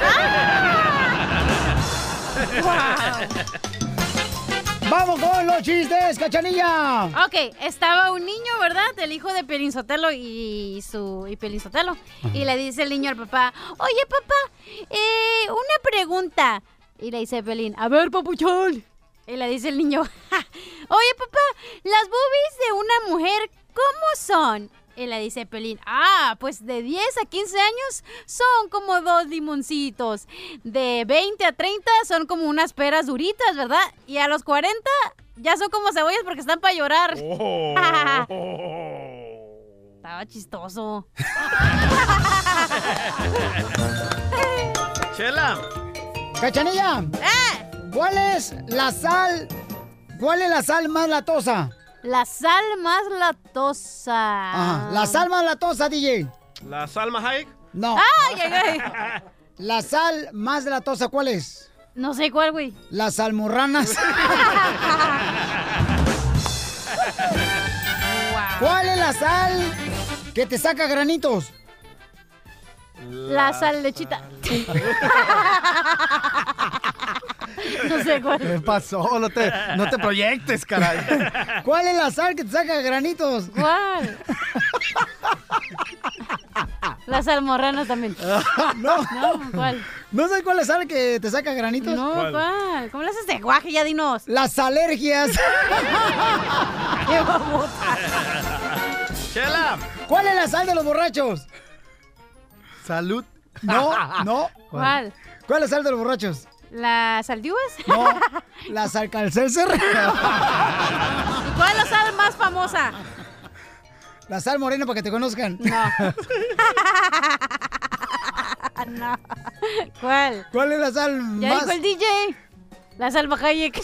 Speaker 2: ¡Vamos con los chistes, Cachanilla!
Speaker 4: Ok, estaba un niño, ¿verdad? El hijo de Piolín Sotelo y su y Piolín Sotelo. Y le dice el niño al papá, oye, papá, eh, una pregunta. Y le dice Piolín, a ver, papuchón. Y le dice el niño, oye, papá, las boobies de una mujer, ¿cómo son? Y le dice Piolín, ah, pues de diez a quince años son como dos limoncitos. De veinte a treinta son como unas peras duritas, ¿verdad? Y a los cuarenta ya son como cebollas porque están para llorar.
Speaker 3: Oh.
Speaker 4: Estaba chistoso.
Speaker 3: Chela.
Speaker 2: Cachanilla.
Speaker 4: ¿Eh?
Speaker 2: ¿Cuál es la sal? ¿Cuál es la sal más latosa?
Speaker 4: La sal más latosa.
Speaker 2: Ajá. La sal más latosa, D J.
Speaker 3: ¿La Salma Hayek?
Speaker 2: No.
Speaker 4: ¡Ay, ay, ay!
Speaker 2: La sal más latosa, ¿cuál es?
Speaker 4: No sé cuál, güey.
Speaker 2: Las almorranas.
Speaker 4: Wow.
Speaker 2: ¿Cuál es la sal que te saca granitos?
Speaker 4: La, la sal lechita. No sé cuál.
Speaker 15: ¿Qué pasó? No te, no te proyectes, caray.
Speaker 2: ¿Cuál es la sal que te saca granitos?
Speaker 4: ¿Cuál? Las almorranas también.
Speaker 2: No.
Speaker 4: No, ¿cuál?
Speaker 2: ¿No sabes cuál es la sal que te saca granitos?
Speaker 4: No, ¿cuál? ¿Cuál? ¿Cómo le haces de guaje? Ya dinos.
Speaker 2: Las alergias.
Speaker 4: ¡Qué babota!
Speaker 3: ¡Chela!
Speaker 2: ¿Cuál es la sal de los borrachos?
Speaker 15: Salud.
Speaker 2: No, no.
Speaker 4: ¿Cuál?
Speaker 2: ¿Cuál es la sal de los borrachos?
Speaker 4: ¿Las saldivas?
Speaker 2: No, la salcalcelser.
Speaker 4: ¿Y cuál es la sal más famosa?
Speaker 2: La sal morena para que te conozcan.
Speaker 4: No. No. ¿Cuál?
Speaker 2: ¿Cuál es la sal
Speaker 4: Ya
Speaker 2: más?
Speaker 4: dijo el D J. La Salma Hayek.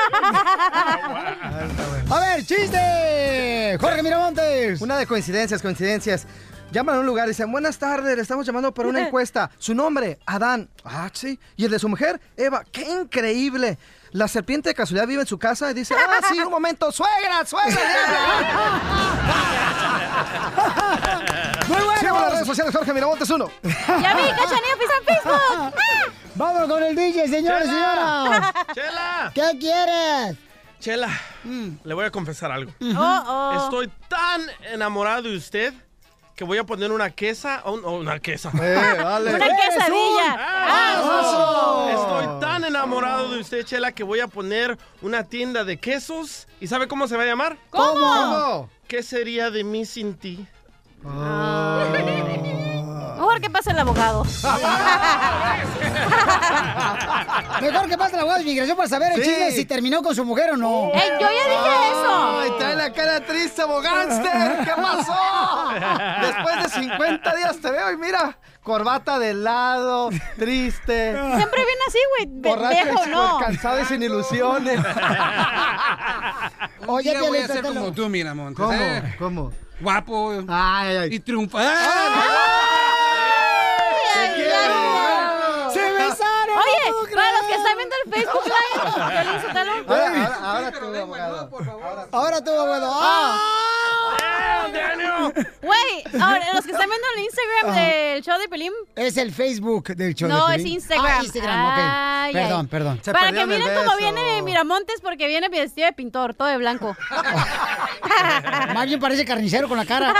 Speaker 2: A ver, chiste. Jorge Miramontes.
Speaker 15: Una de coincidencias, coincidencias. Llaman a un lugar y dicen, buenas tardes, le estamos llamando para una encuesta. Su nombre, Adán. Ah, sí. Y el de su mujer, Eva. ¡Qué increíble! La serpiente de casualidad vive en su casa y dice, ah, sí, un momento, suegra, suegra.
Speaker 2: Muy bueno.
Speaker 15: Sigo en las redes sociales, Jorge Miramontes uno.
Speaker 4: Ya vi, Cachanilla pisa en Facebook.
Speaker 2: Vámonos con el D J, señores y señoras.
Speaker 3: ¡Chela!
Speaker 2: ¿Qué quieres?
Speaker 3: Chela, le voy a confesar algo.
Speaker 4: Oh, oh.
Speaker 3: Estoy tan enamorado de usted que voy a poner una quesa, oh, oh, una quesa.
Speaker 15: Eh, vale.
Speaker 4: Una quesadilla.
Speaker 3: Ah,
Speaker 2: ¡Eso!
Speaker 3: Estoy tan enamorado de usted, Chela, que voy a poner una tienda de quesos. ¿Y sabe cómo se va a llamar?
Speaker 4: ¿Cómo?
Speaker 15: ¿Cómo?
Speaker 3: ¿Qué sería de mí sin ti?
Speaker 4: Mejor que pase el abogado.
Speaker 2: Mejor que pase el abogado de inmigración para saber el
Speaker 15: Sí.
Speaker 2: chisme si terminó con su mujer o no.
Speaker 4: ¡Ey, yo ya dije eso!
Speaker 15: ¡Ay, trae la cara triste, abogánster! ¿Qué pasó? Después de cincuenta días te veo y mira, corbata de lado, triste.
Speaker 4: Siempre viene así, güey. Ve-
Speaker 15: Borracho,
Speaker 4: Viejo, no.
Speaker 15: cansado y sin ilusiones.
Speaker 18: Un
Speaker 2: Oye,
Speaker 18: día voy a
Speaker 2: Piolín,
Speaker 18: ser
Speaker 2: suéltalo.
Speaker 18: como tú, Miramontes.
Speaker 15: ¿Cómo?
Speaker 18: ¿eh?
Speaker 15: ¿Cómo?
Speaker 18: Guapo
Speaker 15: Ay, ay.
Speaker 18: y triunfa.
Speaker 4: Ay, ya.
Speaker 2: ¡Se besaron!
Speaker 4: Oye,
Speaker 2: no puedo
Speaker 4: para los que
Speaker 2: creer.
Speaker 4: están viendo el Facebook Live, Piolín, suéltalo.
Speaker 15: Ahora, ahora, ahora tú, abogado. Ahora tú.
Speaker 2: Ahora tú, abogado. ¡Ah!
Speaker 4: Güey, ahora, los que están viendo el Instagram del show de Pelín,
Speaker 2: Es el Facebook del show
Speaker 4: no,
Speaker 2: de
Speaker 4: es
Speaker 2: Piolín.
Speaker 4: Instagram.
Speaker 2: Ah, Instagram, ok.
Speaker 4: Ay,
Speaker 2: Perdón,
Speaker 4: ay.
Speaker 2: perdón.
Speaker 15: Se
Speaker 4: para que
Speaker 15: perdieron el
Speaker 4: miren cómo
Speaker 15: beso.
Speaker 4: viene Miramontes, porque viene vestido de pintor, todo de blanco.
Speaker 2: Más bien parece carnicero con la cara.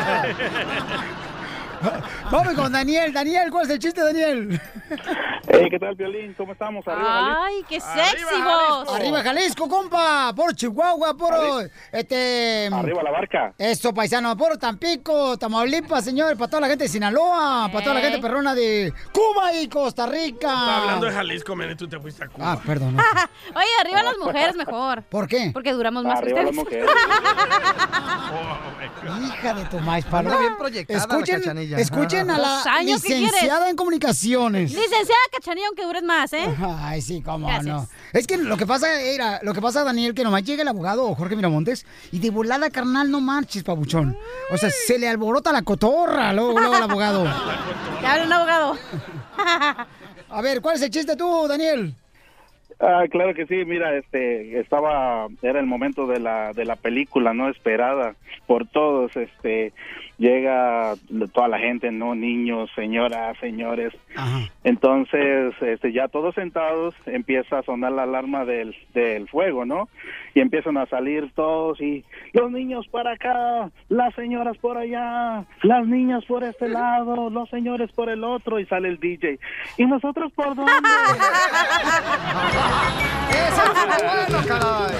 Speaker 2: Vamos con Daniel. Daniel, ¿cuál es el chiste, Daniel?
Speaker 10: Hey, ¿qué tal, Piolín? ¿Cómo estamos? Arriba, Jalisco.
Speaker 4: Ay, qué
Speaker 3: Arriba,
Speaker 4: sexy
Speaker 3: Jalisco.
Speaker 4: vos.
Speaker 2: Arriba Jalisco, compa. Por Chihuahua, por este.
Speaker 10: Arriba la barca.
Speaker 2: Eso, paisano, por Tampico, Tamaulipas, señor, para toda la gente de Sinaloa, para toda la
Speaker 4: Eh.
Speaker 2: gente perrona de Cuba y Costa Rica.
Speaker 3: Está hablando de Jalisco, men, y tú te fuiste a Cuba.
Speaker 2: Ah, perdón.
Speaker 4: Oye, arriba las mujeres mejor.
Speaker 2: ¿Por qué?
Speaker 4: Porque duramos más que
Speaker 10: Arriba las
Speaker 4: ustedes.
Speaker 10: mujeres.
Speaker 2: Hija de tu maíz, palo.
Speaker 15: Anda bien proyectada la
Speaker 2: Escuchen,
Speaker 15: Cachanilla.
Speaker 2: escuchen a la
Speaker 4: Dos años, ¿qué
Speaker 2: licenciada en comunicaciones.
Speaker 4: Licenciada Cachanilla, aunque dures más, ¿eh?
Speaker 2: Ay, sí, cómo
Speaker 4: Gracias.
Speaker 2: no. Es que lo que pasa era, lo que pasa, Daniel, que nomás llega el abogado Jorge Miramontes y de volada, carnal, no marches, pabuchón. O sea, se le alborota la cotorra luego, luego al abogado.
Speaker 4: Te habla un abogado.
Speaker 2: A ver, ¿cuál es el chiste tú, Daniel?
Speaker 10: Ah, claro que sí, mira, este, estaba, era el momento de la, de la película, ¿no? Esperada por todos, este, llega toda la gente, ¿no? Niños, señoras, señores.
Speaker 2: Ajá.
Speaker 10: Entonces, este, ya todos sentados, empieza a sonar la alarma del, del fuego, ¿no? Y empiezan a salir todos y los niños para acá, las señoras por allá, las niñas por este lado, los señores por el otro, y sale el D J. ¿Y nosotros por dónde?
Speaker 15: ¡Eso es bueno, caray!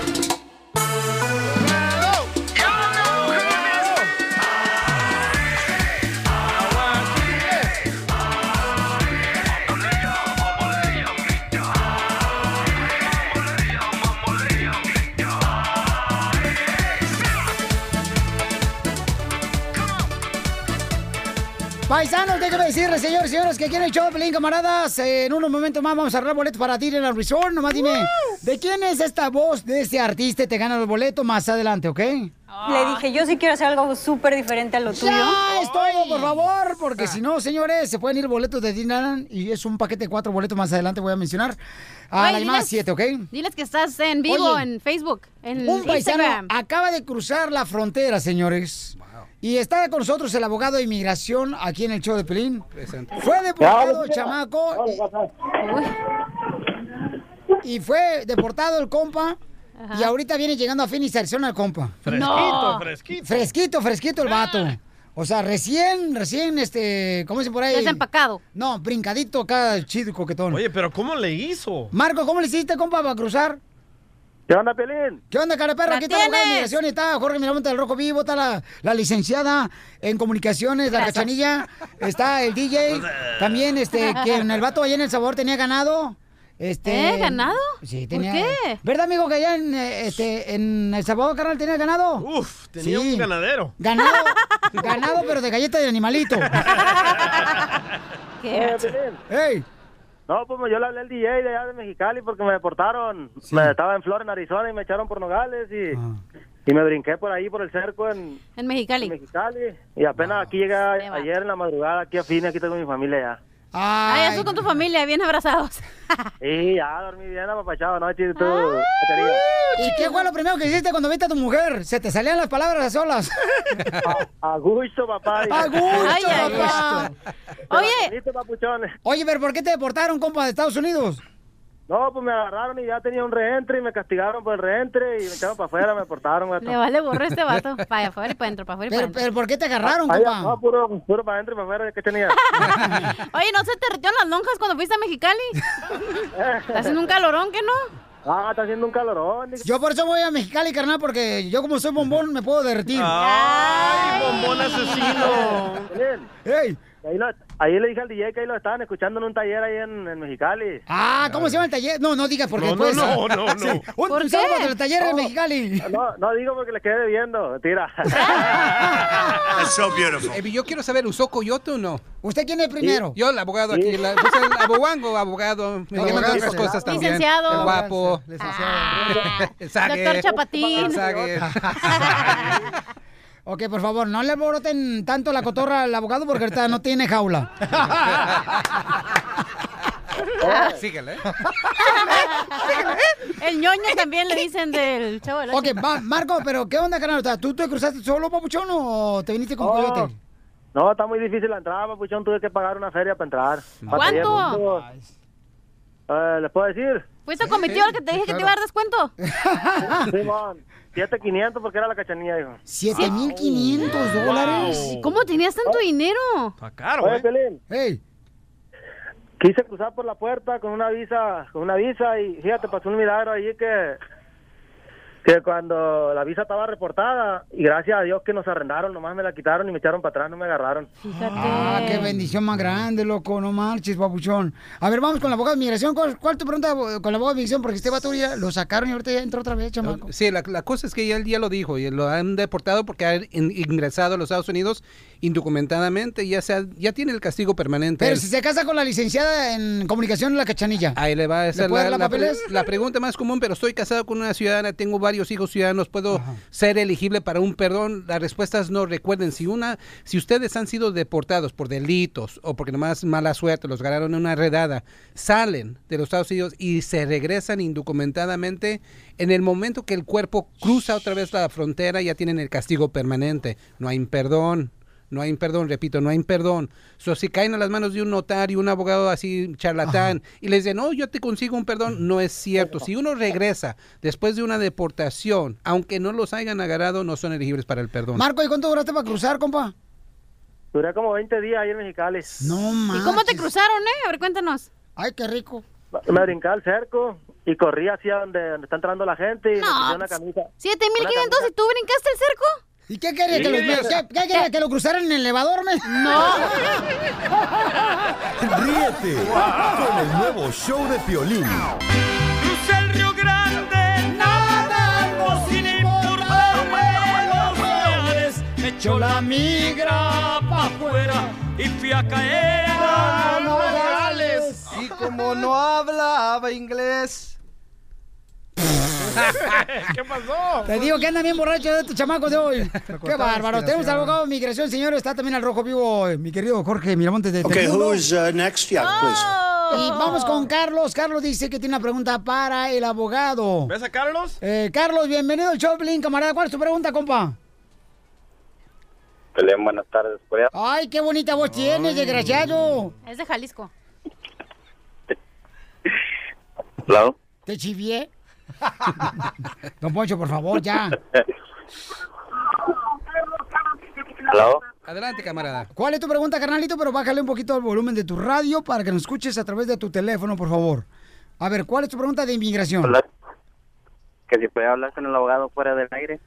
Speaker 2: Paisanos, déjame decirles, señores y señoras, que aquí en el show de Pelín, camaradas, eh, en unos momentos más vamos a arreglar boletos para ti en el resort. Nomás dime, ¿de quién es esta voz de este artista y te gana los boletos más adelante, ok?
Speaker 13: Le dije, yo sí quiero hacer algo súper diferente a lo tuyo.
Speaker 2: Ya es todo, por favor, porque si no, señores, se pueden ir boletos de Disneyland y es un paquete de cuatro boletos más adelante, voy a mencionar. A
Speaker 4: Oye,
Speaker 2: la llamada
Speaker 4: diles-
Speaker 2: siete, ¿ok?
Speaker 4: Diles que estás en vivo
Speaker 2: Oye,
Speaker 4: en Facebook, en
Speaker 2: Un paisano
Speaker 4: Instagram.
Speaker 2: acaba de cruzar la frontera, señores. Y está con nosotros el abogado de inmigración aquí en el show de Pelín. Fue deportado, chamaco. Y fue deportado el compa. Y ahorita viene llegando a Phoenix, Arizona el compa.
Speaker 3: Fresquito, No. fresquito.
Speaker 2: Fresquito, fresquito el vato. O sea, recién, recién, este, ¿cómo se por ahí?
Speaker 4: Desempacado.
Speaker 2: No, brincadito acá, chido y coquetón.
Speaker 3: Oye, pero ¿cómo le hizo?
Speaker 2: Marco, ¿cómo le hiciste, compa, para cruzar?
Speaker 10: ¿Qué onda, Pelín?
Speaker 2: ¿Qué onda, cara perro?
Speaker 4: ¡La
Speaker 2: Aquí está la abogada de
Speaker 4: tienes!
Speaker 2: migración, está Jorge Miramonte del Rojo Vivo, está la, la licenciada en comunicaciones, la Cachanilla, está el D J, también, este, que en el vato allá en El Sabor tenía ganado. Este,
Speaker 4: ¿Eh? ¿Ganado?
Speaker 2: Sí, tenía.
Speaker 4: ¿Por qué?
Speaker 2: ¿Verdad, amigo, que allá en, eh, este, en El Salvador, carnal, tenía ganado?
Speaker 3: Uf, tenía
Speaker 2: Sí.
Speaker 3: un ganadero.
Speaker 2: Ganado, ganado, pero de galleta de animalito.
Speaker 4: ¿Qué?
Speaker 10: Eh, Pelín.
Speaker 2: ¡Ey!
Speaker 10: No, pues yo le hablé al D J de allá de Mexicali porque me deportaron. Me estaba en Florida, en Arizona, y me echaron por Nogales y, y me brinqué por ahí, por el cerco en,
Speaker 4: En Mexicali.
Speaker 10: en Mexicali. Y apenas aquí llegué a- ayer en la madrugada, aquí a Fini, aquí tengo mi familia ya.
Speaker 4: Ah, ya estás con tu familia, bien abrazados.
Speaker 10: Sí, ya dormí bien apapachado anoche. Tú, Cachanilla.
Speaker 2: ¿Y qué fue lo primero que hiciste cuando viste a tu mujer? ¿Se te salían las palabras solas?
Speaker 10: A, a gusto, papá.
Speaker 2: ¡A gusto,
Speaker 10: Ay, ay,
Speaker 2: papá!
Speaker 10: Oye. Listo, papuchón.
Speaker 2: Oye, pero ¿por qué te deportaron, compa, de Estados Unidos?
Speaker 10: No, pues me agarraron y ya tenía un reentre y me castigaron por el reentre y me echaron para afuera, me deportaron. Gato.
Speaker 4: Le vale borrar este vato. Para afuera y para adentro, para afuera y para
Speaker 2: Pero,
Speaker 4: adentro.
Speaker 2: pero ¿por qué te agarraron,
Speaker 10: Ahí,
Speaker 2: compa?
Speaker 10: no, puro, puro para adentro y para afuera, ¿qué tenía?
Speaker 4: Oye, ¿no se te derritieron las lonjas cuando fuiste a Mexicali? ¿Está haciendo un calorón que no?
Speaker 10: Ah, está haciendo un calorón.
Speaker 2: Yo por eso voy a Mexicali, carnal, porque yo como soy bombón me puedo derretir.
Speaker 3: ¡Ay, bombón asesino!
Speaker 2: ¡Ey!
Speaker 10: Ahí, lo- ahí le dije al D J que ahí lo estaban escuchando en un taller ahí en, en Mexicali.
Speaker 2: Ah, ¿cómo se llama el taller? No, no digas porque
Speaker 10: No, no,
Speaker 2: después...
Speaker 10: no, no, no.
Speaker 2: Sí, Un,
Speaker 10: ¿Por
Speaker 2: un
Speaker 10: qué?
Speaker 2: saludo del taller de
Speaker 10: No.
Speaker 2: Mexicali.
Speaker 10: No, no digo porque le quedé debiendo, tira.
Speaker 18: That's so beautiful. Eh, yo quiero saber, ¿usó coyote o no?
Speaker 2: ¿Usted quién es primero?
Speaker 18: Yo, el abogado aquí. La, pues el abogango, abogado. Me llaman
Speaker 2: Abogado,
Speaker 18: otras cosas también.
Speaker 4: Licenciado.
Speaker 18: El guapo. El sague.
Speaker 4: Doctor Chapatín.
Speaker 18: El sague.
Speaker 2: Ok, por favor, no le alboroten tanto la cotorra al abogado porque ahorita no tiene jaula.
Speaker 18: Síguele.
Speaker 4: El ñoño también le dicen del chavo del Ocho.
Speaker 2: Ok, va, Marco, pero ¿qué onda, carnal? O sea, ¿tú te cruzaste solo, papuchón, o te viniste con
Speaker 10: No.
Speaker 2: coyote?
Speaker 10: No, está muy difícil la entrada, papuchón. Tuve que pagar una feria para entrar.
Speaker 4: ¿Cuánto?
Speaker 10: Batallé mucho. Eh, ¿Les puedo decir?
Speaker 4: ¿Fuiste con mi tío el que te dije que te iba a dar descuento?
Speaker 10: Simón, siete mil quinientos porque era la Cachanilla, hijo.
Speaker 2: siete mil quinientos dólares.
Speaker 4: ¿Cómo tenías tanto dinero?
Speaker 3: Está caro,
Speaker 10: Oye,
Speaker 3: ¿eh?
Speaker 10: Pelín.
Speaker 2: Hey.
Speaker 10: Quise cruzar por la puerta con una visa, con una visa y fíjate, pasó un milagro allí que que cuando la visa estaba reportada y gracias a Dios que nos arrendaron, nomás me la quitaron y me echaron para atrás, no me agarraron.
Speaker 2: Ah, qué bendición más grande, loco, no marches, papuchón. A ver, vamos con la abogada de migración. ¿Cuál, cuál tu pregunta con la abogada de migración? Porque este vato ya lo sacaron y ahorita ya entró otra vez, chamaco.
Speaker 18: Sí, la, la cosa es que ya él ya lo dijo, y lo han deportado porque ha in- ingresado a los Estados Unidos indocumentadamente, ya sea, ya tiene el castigo permanente.
Speaker 2: Pero
Speaker 18: Él-
Speaker 2: si se casa con la licenciada en comunicación, la Cachanilla.
Speaker 18: Ahí le va a
Speaker 2: ¿Le
Speaker 18: ser
Speaker 2: puede
Speaker 18: la,
Speaker 2: dar
Speaker 18: la,
Speaker 2: papeles?
Speaker 18: pre- la pregunta más común, pero estoy casado con una ciudadana, tengo varios hijos ciudadanos, ¿puedo ser elegible para un perdón? Las respuestas no. Recuerden, si una, si ustedes han sido deportados por delitos o porque nomás mala suerte, los ganaron en una redada, salen de los Estados Unidos y se regresan indocumentadamente, en el momento que el cuerpo cruza otra vez la frontera ya tienen el castigo permanente. No hay perdón. No hay perdón, repito, no hay perdón. So, si caen a las manos de un notario, un abogado así charlatán, y les dicen, no, yo te consigo un perdón, no es cierto. Si uno regresa después de una deportación, aunque no los hayan agarrado, no son elegibles para el perdón.
Speaker 2: Marco, ¿y cuánto duraste para cruzar, compa?
Speaker 10: Duré como veinte días ahí en Mexicali.
Speaker 2: No,
Speaker 4: ¿Y cómo te cruzaron, eh? A ver, cuéntanos.
Speaker 2: Ay, qué rico.
Speaker 10: Me brinqué al cerco y corrí hacia donde, donde está entrando la gente y me
Speaker 4: No,
Speaker 10: puse una camisa.
Speaker 4: ¿siete mil
Speaker 10: Una
Speaker 4: quinientos y tú brincaste el cerco?
Speaker 2: ¿Y qué quería? ¿Que,
Speaker 10: Sí.
Speaker 2: los- qué- qué quería? ¿Que lo cruzaran en el elevador, me?
Speaker 4: No.
Speaker 7: Ríete con el nuevo show de Piolín.
Speaker 9: Crucé el Río Grande, nadando sin importarme los reales. Me echó la migra pa' afuera y fui a caer a Nogales.
Speaker 15: Y como no hablaba inglés.
Speaker 3: ¿Qué pasó?
Speaker 2: Te digo que andan bien borrachos de estos chamacos de hoy. Qué bárbaro. Tenemos al abogado de migración, señores. Está también al rojo vivo, eh, mi querido Jorge Miramontes de
Speaker 18: Okay,
Speaker 2: Telemundo.
Speaker 18: who's uh, next? Yeah, please.
Speaker 2: Y vamos con Carlos. Carlos dice que tiene una pregunta para el abogado.
Speaker 3: ¿Ves a Carlos?
Speaker 2: Eh, Carlos, bienvenido al show, Pelín, camarada. ¿Cuál es tu pregunta, compa?
Speaker 19: Pelén, buenas tardes. ¿Podría-
Speaker 2: Ay, qué bonita voz tienes, desgraciado.
Speaker 4: Es de Jalisco.
Speaker 19: Hello?
Speaker 2: Te chivié. Don Poncho, por favor, ya.
Speaker 19: Hello?
Speaker 18: Adelante, camarada.
Speaker 2: ¿Cuál es tu pregunta, carnalito? Pero bájale un poquito el volumen de tu radio para que nos escuches a través de tu teléfono, por favor. A ver, ¿cuál es tu pregunta de inmigración?
Speaker 19: Hola. Que si puede hablar con el abogado fuera del aire.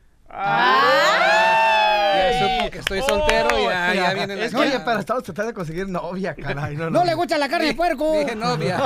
Speaker 18: Ya supo que estoy soltero y ya, ya viene la...
Speaker 15: Oye, pero estamos tratando de conseguir novia, caray. No,
Speaker 2: no le gusta la carne de puerco.
Speaker 18: Dije novia.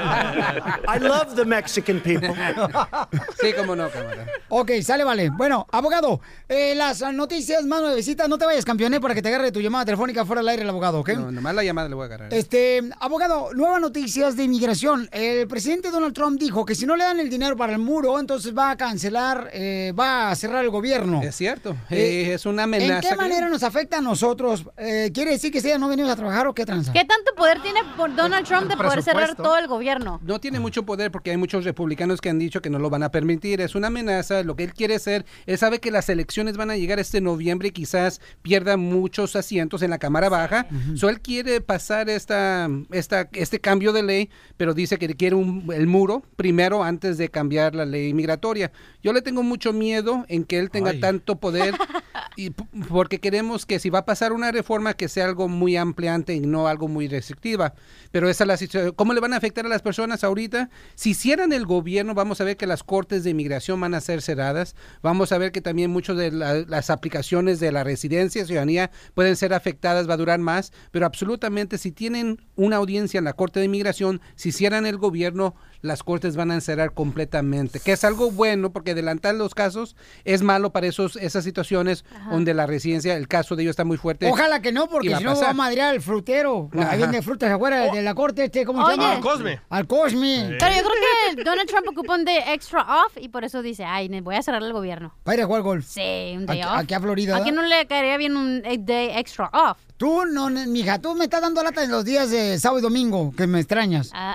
Speaker 20: I love the Mexican people.
Speaker 18: Sí, cómo no, camarada.
Speaker 2: Ok, sale, vale. Bueno, abogado, eh, las noticias más nuevecitas, no te vayas, campeón, eh, para que te agarre tu llamada telefónica fuera del aire el abogado, ¿ok?
Speaker 18: No, nomás la llamada le voy a agarrar.
Speaker 2: Este, abogado, nuevas noticias de inmigración. El presidente Donald Trump dijo que si no le dan el dinero para el muro, entonces va a cancelar, eh, va a cerrar el gobierno.
Speaker 18: Es cierto, eh, es una amenaza.
Speaker 2: ¿En qué manera nos afecta a nosotros? Eh, ¿Quiere decir que si no venimos a trabajar o qué tranza?
Speaker 4: ¿Qué tanto poder tiene por Donald Trump de poder cerrar todo el gobierno?
Speaker 18: No tiene mucho poder porque hay muchos republicanos que han dicho que no lo van a permitir. Es una amenaza. Lo que él quiere hacer, él sabe que las elecciones van a llegar este noviembre y quizás pierda muchos asientos en la Cámara Baja. Uh-huh. So él quiere pasar esta, esta, este cambio de ley, pero dice que quiere un, el muro primero antes de cambiar la ley migratoria. Yo le tengo mucho miedo en que él tenga Ay. tanto poder y porque queremos que si va a pasar una reforma que sea algo muy ampliante y no algo muy restrictiva. Pero esa es la situación. ¿Cómo le van a afectar a las personas ahorita? Si cierran el gobierno, vamos a ver que las cortes de inmigración van a ser cerradas. Vamos a ver que también muchas de la, las aplicaciones de la residencia, ciudadanía, pueden ser afectadas, va a durar más. Pero absolutamente, si tienen una audiencia en la corte de inmigración, si cierran el gobierno, las cortes van a cerrar completamente. Que es algo bueno, porque adelantar los casos es malo para esos esas situaciones Ajá. donde la residencia, el caso de ellos está muy fuerte.
Speaker 2: Ojalá que no, porque si no va a madrear al frutero. Ajá. Ahí vende frutas afuera oh. de la corte, este, ¿cómo
Speaker 4: Oye.
Speaker 2: se llama?
Speaker 3: Al Cosme.
Speaker 2: Al Cosme.
Speaker 4: Pero yo creo que Donald Trump ocupa un day extra off y por eso dice, ay, voy a cerrar el gobierno.
Speaker 2: ¿Para ir a jugar golf?
Speaker 4: Sí, un day
Speaker 2: aquí,
Speaker 4: off.
Speaker 2: Aquí a Florida.
Speaker 4: ¿A quién no le caería bien un day extra off?
Speaker 2: Tú, no, mija, tú me estás dando lata en los días de sábado y domingo, que me extrañas.
Speaker 4: Ah,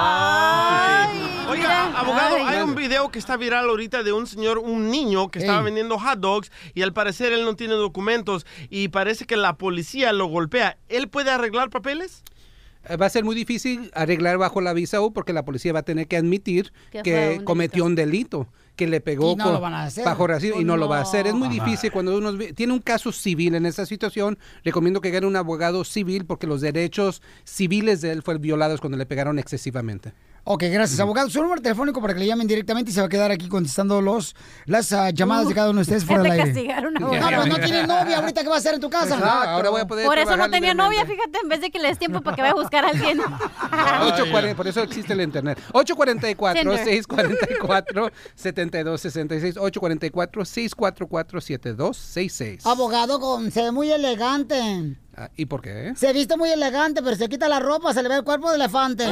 Speaker 4: ah, ay,
Speaker 3: Oiga,
Speaker 4: mira.
Speaker 3: abogado,
Speaker 4: Ay.
Speaker 3: hay un video que está viral ahorita de un señor, un niño que estaba
Speaker 2: Ey.
Speaker 3: vendiendo hot dogs y al parecer él no tiene documentos y parece que la policía lo golpea. ¿Él puede arreglar papeles?
Speaker 18: Va a ser muy difícil arreglar bajo la visa U porque la policía va a tener que admitir
Speaker 4: que,
Speaker 18: que
Speaker 4: un
Speaker 18: cometió un delito, que le pegó
Speaker 2: y no lo van a hacer.
Speaker 18: bajo racismo y no,
Speaker 4: no
Speaker 18: lo va a hacer. Es muy
Speaker 2: Ajá.
Speaker 18: difícil cuando uno tiene un caso civil en esa situación. Recomiendo que gane un abogado civil porque los derechos civiles de él fueron violados cuando le pegaron excesivamente.
Speaker 2: Ok, gracias, abogado. Su número telefónico para que le llamen directamente y se va a quedar aquí contestando los las uh, llamadas uh, de cada uno de ustedes fuera del aire.
Speaker 4: Castigaron,
Speaker 2: no, pues no tienes novia ahorita, ¿qué va a hacer en tu casa?
Speaker 18: Exacto. Ahora voy a poder
Speaker 4: Por eso no tenía
Speaker 18: libremente.
Speaker 4: novia, fíjate, en vez de que le des tiempo para que vaya a buscar a alguien.
Speaker 18: ocho cuarenta, por eso existe el internet. ocho cuatro cuatro, seis cuatro cuatro, siete dos seis seis. ocho cuatro cuatro, seis cuatro cuatro, siete dos seis seis.
Speaker 2: Abogado, con, se ve muy elegante.
Speaker 18: Ah, ¿y por qué?
Speaker 2: Se viste muy elegante, pero se quita la ropa, se le ve el cuerpo de elefante.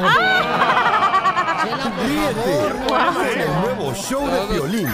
Speaker 2: ¡Ah! Chela, por
Speaker 7: Ríete
Speaker 2: favor,
Speaker 7: con el nuevo show de Piolín.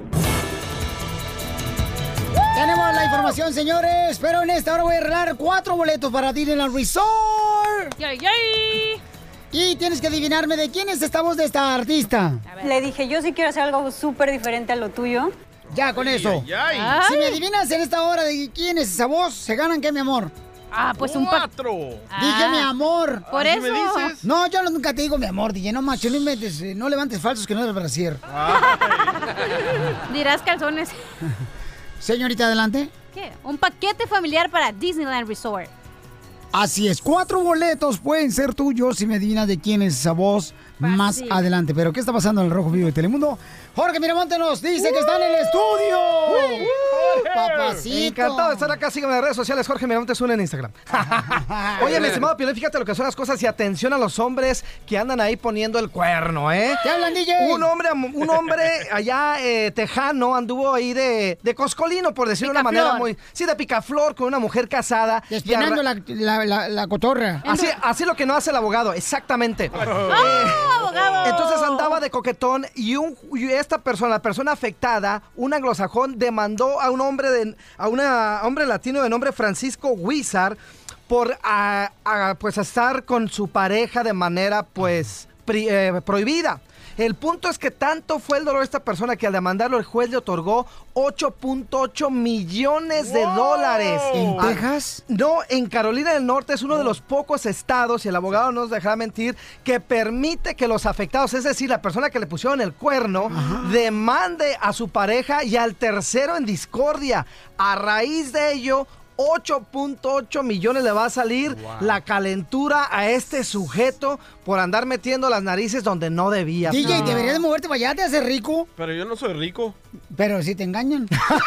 Speaker 2: Tenemos la información, señores, pero en esta hora voy a arreglar cuatro boletos para Disneyland Resort.
Speaker 4: ¡Yay, yay!
Speaker 2: Y tienes que adivinarme de quién es esta voz de esta artista.
Speaker 13: Le dije, yo sí quiero hacer algo súper diferente a lo tuyo.
Speaker 2: Ya, con eso.
Speaker 3: Ay, ay.
Speaker 2: Si me adivinas en esta hora de quién es esa voz, ¿se ganan qué, mi amor?
Speaker 4: Ah, pues un
Speaker 3: Cuatro.
Speaker 4: Ah.
Speaker 2: Dije mi amor.
Speaker 4: Por
Speaker 3: ¿Así
Speaker 4: eso.
Speaker 3: me dices?
Speaker 2: No, yo nunca te digo mi amor, D J, no macho, no inventes, eh, no levantes falsos que no es el brasier.
Speaker 4: Dirás calzones.
Speaker 2: Señorita, adelante.
Speaker 4: ¿Qué? Un paquete familiar para Disneyland Resort.
Speaker 2: Así es, cuatro boletos pueden ser tuyos si me adivinas de quién es esa voz más
Speaker 4: Fácil.
Speaker 2: adelante. Pero ¿qué está pasando en el Rojo Vivo de Telemundo? Jorge Miramonte nos dice que está en el estudio.
Speaker 15: Uh,
Speaker 2: Papacito.
Speaker 15: Encantado de estar acá. Síganme en las redes sociales. Jorge Miramontes uno en Instagram. Oye, mi estimado Piolín, fíjate lo que son las cosas y atención a los hombres que andan ahí poniendo el cuerno, ¿eh?
Speaker 2: ¿Qué hablan, D J?
Speaker 15: Un hombre, un hombre allá eh, tejano anduvo ahí de, de coscolino, por decirlo de una manera muy... Sí, de picaflor con una mujer casada.
Speaker 2: Despeinando la, la, la, la cotorra.
Speaker 15: Así, así lo que no hace el abogado, exactamente.
Speaker 4: ¡Oh,
Speaker 15: Eh,
Speaker 4: abogado!
Speaker 15: Entonces andaba de coquetón y, un, y esta persona, la persona afectada, un anglosajón, demandó a un hombre de, a una hombre latino de nombre Francisco Huizar por a, a, pues estar con su pareja de manera pues pri, eh, prohibida. El punto es que tanto fue el dolor de esta persona que al demandarlo el juez le otorgó ocho punto ocho millones de
Speaker 2: wow.
Speaker 15: dólares.
Speaker 2: ¿En
Speaker 15: Ah,
Speaker 2: Texas?
Speaker 15: No, en Carolina del Norte es uno de los pocos estados, y el abogado no nos dejará mentir, que permite que los afectados, es decir, la persona que le pusieron el cuerno, Ajá. demande a su pareja y al tercero en discordia. A raíz de ello, ocho punto ocho millones le va a salir la calentura a este sujeto por andar metiendo las narices donde no debía.
Speaker 2: D J, deberías de moverte para allá, te haces rico.
Speaker 3: Pero yo no soy rico.
Speaker 2: Pero si te engañan.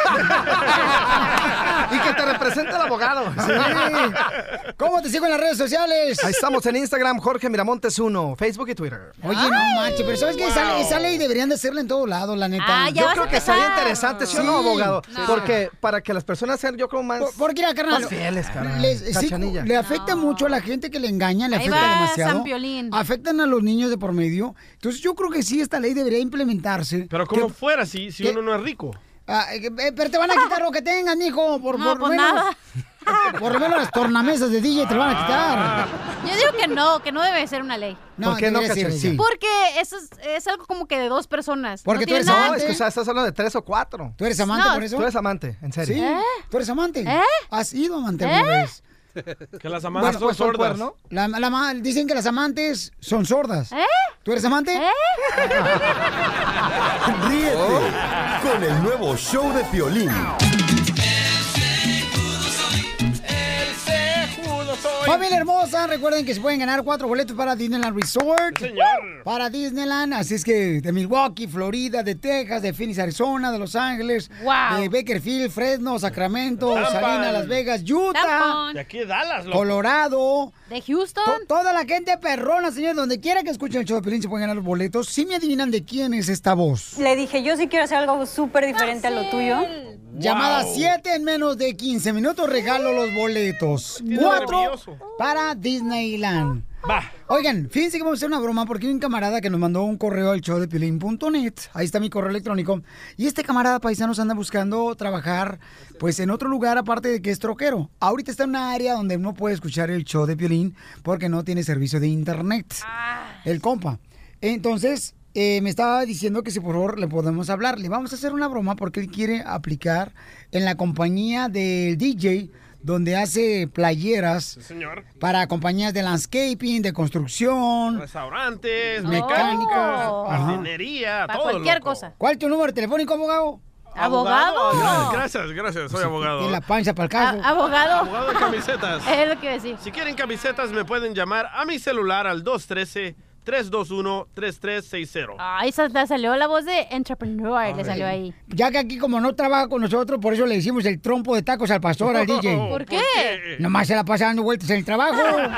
Speaker 15: Y que te represente el abogado.
Speaker 2: Sí. ¿Cómo te sigo en las redes sociales?
Speaker 15: Ahí estamos en Instagram, Jorge Miramontes uno, Facebook y Twitter.
Speaker 2: Oye, no manches, pero ¿sabes qué?
Speaker 15: Wow.
Speaker 2: Esa, esa ley deberían de hacerla en todos lados, la neta.
Speaker 4: Ah, ya
Speaker 15: Yo
Speaker 4: vas
Speaker 15: creo
Speaker 4: a
Speaker 15: que
Speaker 4: empezar.
Speaker 15: sería interesante, ¿sí o no,
Speaker 2: Sí.
Speaker 15: abogado?
Speaker 2: No.
Speaker 15: Porque para que las personas sean, yo creo, más,
Speaker 2: Por- Porque, mira, carnal,
Speaker 15: más fieles, carnal.
Speaker 2: les- sí,
Speaker 15: Cachanilla.
Speaker 2: le afecta mucho a la gente que le engaña, le
Speaker 4: Ahí
Speaker 2: afecta
Speaker 4: va
Speaker 2: demasiado.
Speaker 4: San Piolín.
Speaker 2: Afectan a los niños de por medio. Entonces, yo creo que sí, esta ley debería implementarse.
Speaker 3: Pero como
Speaker 2: Que-
Speaker 3: fuera si, si
Speaker 2: ¿Qué?
Speaker 3: uno no es rico.
Speaker 2: Ah, eh, eh, pero te van a quitar lo que tengas, mijo. Por,
Speaker 4: No,
Speaker 2: por lo
Speaker 4: pues
Speaker 2: menos.
Speaker 4: nada.
Speaker 2: Por lo menos las tornamesas de D J te lo van a quitar.
Speaker 4: Yo digo que no, que no debe ser una ley.
Speaker 2: No,
Speaker 15: ¿Por qué no,
Speaker 2: debería ser,
Speaker 15: Cachanilla?
Speaker 2: sí.
Speaker 4: Porque eso es, es algo como que de dos personas.
Speaker 2: Porque
Speaker 4: no
Speaker 2: tú eres
Speaker 4: tiene nada-
Speaker 15: No, es que o sea, estás hablando de tres o cuatro.
Speaker 2: ¿Tú eres amante
Speaker 4: No,
Speaker 2: por eso?
Speaker 15: Tú eres amante, en serio.
Speaker 2: Sí.
Speaker 4: ¿Eh?
Speaker 2: ¿Tú eres amante?
Speaker 4: ¿Eh?
Speaker 2: ¿Has ido amante
Speaker 4: ¿Eh?
Speaker 2: alguna vez?
Speaker 3: Que las amantes
Speaker 2: Bueno,
Speaker 3: son
Speaker 15: ¿puesto el
Speaker 3: sordas.
Speaker 15: cuerno?
Speaker 2: La, la ma- dicen que las amantes son sordas.
Speaker 4: ¿Eh?
Speaker 2: ¿Tú eres amante?
Speaker 4: ¿Eh?
Speaker 7: Ríete con el nuevo show de Piolín.
Speaker 2: Familia hermosa, recuerden que se pueden ganar cuatro boletos para Disneyland Resort.
Speaker 3: Señor.
Speaker 2: Para Disneyland, así es que de Milwaukee, Florida, de Texas, de Phoenix, Arizona, de Los Ángeles,
Speaker 4: Wow.
Speaker 2: de Bakersfield, Fresno, Sacramento,
Speaker 3: Tampa.
Speaker 2: Salinas, Las Vegas, Utah,
Speaker 4: Tampón.
Speaker 3: De aquí de Dallas, loco.
Speaker 2: Colorado.
Speaker 4: De Houston.
Speaker 2: To- toda la gente perrona, señor, donde quiera que escuchen el show de Pelín se pueden ganar los boletos. Si me adivinan de quién es esta voz.
Speaker 13: Le dije, yo sí quiero hacer algo súper diferente a lo tuyo.
Speaker 2: Llamada siete en menos de quince minutos, regalo los boletos.
Speaker 3: Tiene
Speaker 2: cuatro
Speaker 3: nervioso.
Speaker 2: para Disneyland.
Speaker 3: Va.
Speaker 2: Oigan, fíjense que vamos a hacer una broma porque hay un camarada que nos mandó un correo al show de piolín punto net. Ahí está mi correo electrónico. Y este camarada paisanos anda buscando trabajar pues en otro lugar aparte de que es troquero. Ahorita está en una área donde no puede escuchar el show de Piolín porque no tiene servicio de internet. El compa. Entonces, eh, me estaba diciendo que si por favor le podemos hablar. Le vamos a hacer una broma porque él quiere aplicar en la compañía del D J donde hace playeras
Speaker 3: Sí, señor.
Speaker 2: para compañías de landscaping, de construcción,
Speaker 3: Restaurantes,
Speaker 2: mecánica,
Speaker 4: Oh.
Speaker 2: ajá.
Speaker 3: jardinería,
Speaker 4: Para
Speaker 3: todo,
Speaker 4: cualquier
Speaker 3: loco.
Speaker 4: cosa.
Speaker 2: ¿Cuál es tu número telefónico, abogado?
Speaker 4: ¿Abogado?
Speaker 3: Ah, Gracias, gracias, soy abogado.
Speaker 2: Tiene la panza para el caso.
Speaker 4: A- abogado.
Speaker 3: Abogado de camisetas.
Speaker 4: Es lo que iba a decir.
Speaker 3: Si quieren camisetas, me pueden llamar a mi celular al dos uno tres, tres dos uno, tres tres seis cero.
Speaker 4: Ay, sa- sa- salió la voz de entrepreneur, le salió ahí.
Speaker 2: Ya que aquí como no trabaja con nosotros, por eso le decimos el trompo de tacos al pastor, al D J.
Speaker 4: ¿Por qué?
Speaker 2: Nomás se la pasa dando vueltas en el trabajo.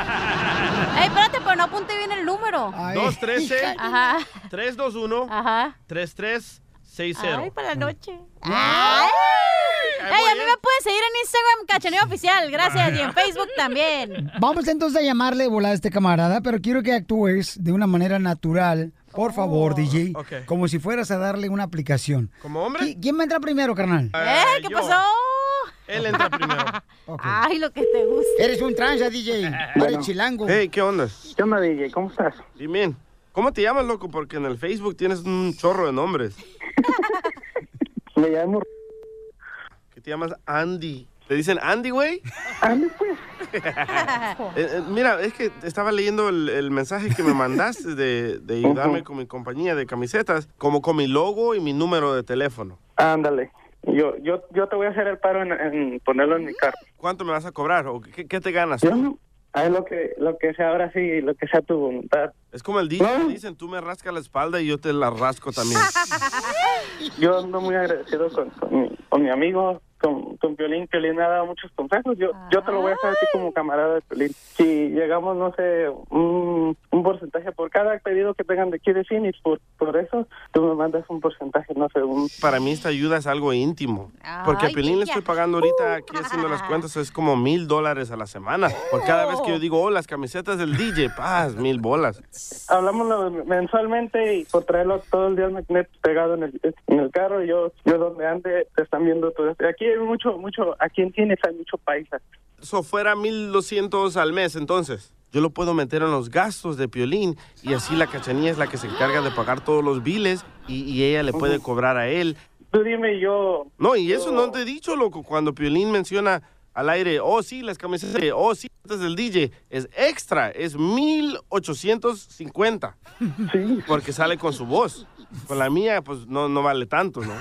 Speaker 4: Ey, espérate, pero no apunte bien el número.
Speaker 2: Ay,
Speaker 3: dos uno tres,
Speaker 2: hija.
Speaker 4: Ajá,
Speaker 3: tres dos uno,
Speaker 4: ajá.
Speaker 3: tres tres seis cero.
Speaker 4: Ay, para la noche. Ay. Ey, a mí me pueden seguir en Instagram, Cachaneo Oficial, gracias, y en Facebook también.
Speaker 2: Vamos entonces a llamarle de volada a este camarada, pero quiero que actúes de una manera natural, por favor, D J.
Speaker 3: Ok.
Speaker 2: Como si fueras a darle una aplicación.
Speaker 3: ¿Como hombre?
Speaker 2: ¿Qui- ¿Quién va a entrar primero, carnal?
Speaker 3: Eh,
Speaker 4: ¿Eh? ¿Qué
Speaker 3: yo.
Speaker 4: pasó?
Speaker 3: Él entra primero.
Speaker 2: Ok.
Speaker 4: Ay, lo que te gusta.
Speaker 2: Eres un tranza, D J. No eres chilango.
Speaker 3: Hey, ¿qué onda?
Speaker 17: ¿Qué onda, D J? ¿Cómo estás?
Speaker 3: Bien, bien. ¿Cómo te llamas, loco? Porque en el Facebook tienes un chorro de nombres.
Speaker 17: Me llamo
Speaker 3: ¿Qué te llamas? Andy. ¿Te dicen Andy, güey?
Speaker 17: Andy, pues.
Speaker 3: Eh, eh, mira, es que estaba leyendo el, el mensaje que me mandaste de, de ayudarme con mi compañía de camisetas, como con mi logo y mi número de teléfono.
Speaker 17: Ándale. Yo, yo, yo te voy a hacer el paro en, en ponerlo en mi carro.
Speaker 3: ¿Cuánto me vas a cobrar? ¿O qué, qué te ganas?
Speaker 17: Yo no. Haz lo que, lo que sea ahora sí, lo que sea tu voluntad.
Speaker 3: Es como el D J, dicen, tú me rascas la espalda y yo te la rasco también.
Speaker 17: Yo ando muy agradecido con, con, mi, con mi amigo, con, con Piolín. Piolín me ha dado muchos consejos. Yo, yo te lo voy a hacer a ti como camarada de Piolín. Si llegamos, no sé, un, un porcentaje por cada pedido que tengan de aquí de Phoenix, por, por eso, tú me mandas un porcentaje, no sé, un...
Speaker 3: Para mí esta ayuda es algo íntimo. Porque a
Speaker 4: Ay,
Speaker 3: Piolín le
Speaker 4: ya.
Speaker 3: estoy pagando ahorita, aquí haciendo las cuentas, es como mil dólares a la semana. Por cada vez que yo digo, oh, las camisetas del D J, paz, mil bolas.
Speaker 17: Hablamos mensualmente y por traerlo todo el día al magnet pegado en el, en el carro, yo yo donde ande te están viendo todo esto. Aquí hay mucho, mucho, aquí en Phoenix hay mucho paisa.
Speaker 3: Eso fuera mil doscientos al mes, entonces. Yo lo puedo meter en los gastos de Piolín y así la Cachanilla es la que se encarga de pagar todos los biles y, y ella le puede cobrar a él.
Speaker 17: Tú dime, yo...
Speaker 3: No, y eso
Speaker 17: yo-
Speaker 3: no te he dicho, loco. Cuando Piolín menciona al aire, oh, sí, las camisetas, oh, sí, estas del D J, es extra, es mil ochocientos cincuenta.
Speaker 17: Sí.
Speaker 3: Porque sale con su voz. Con la mía, pues no, no vale tanto, ¿no?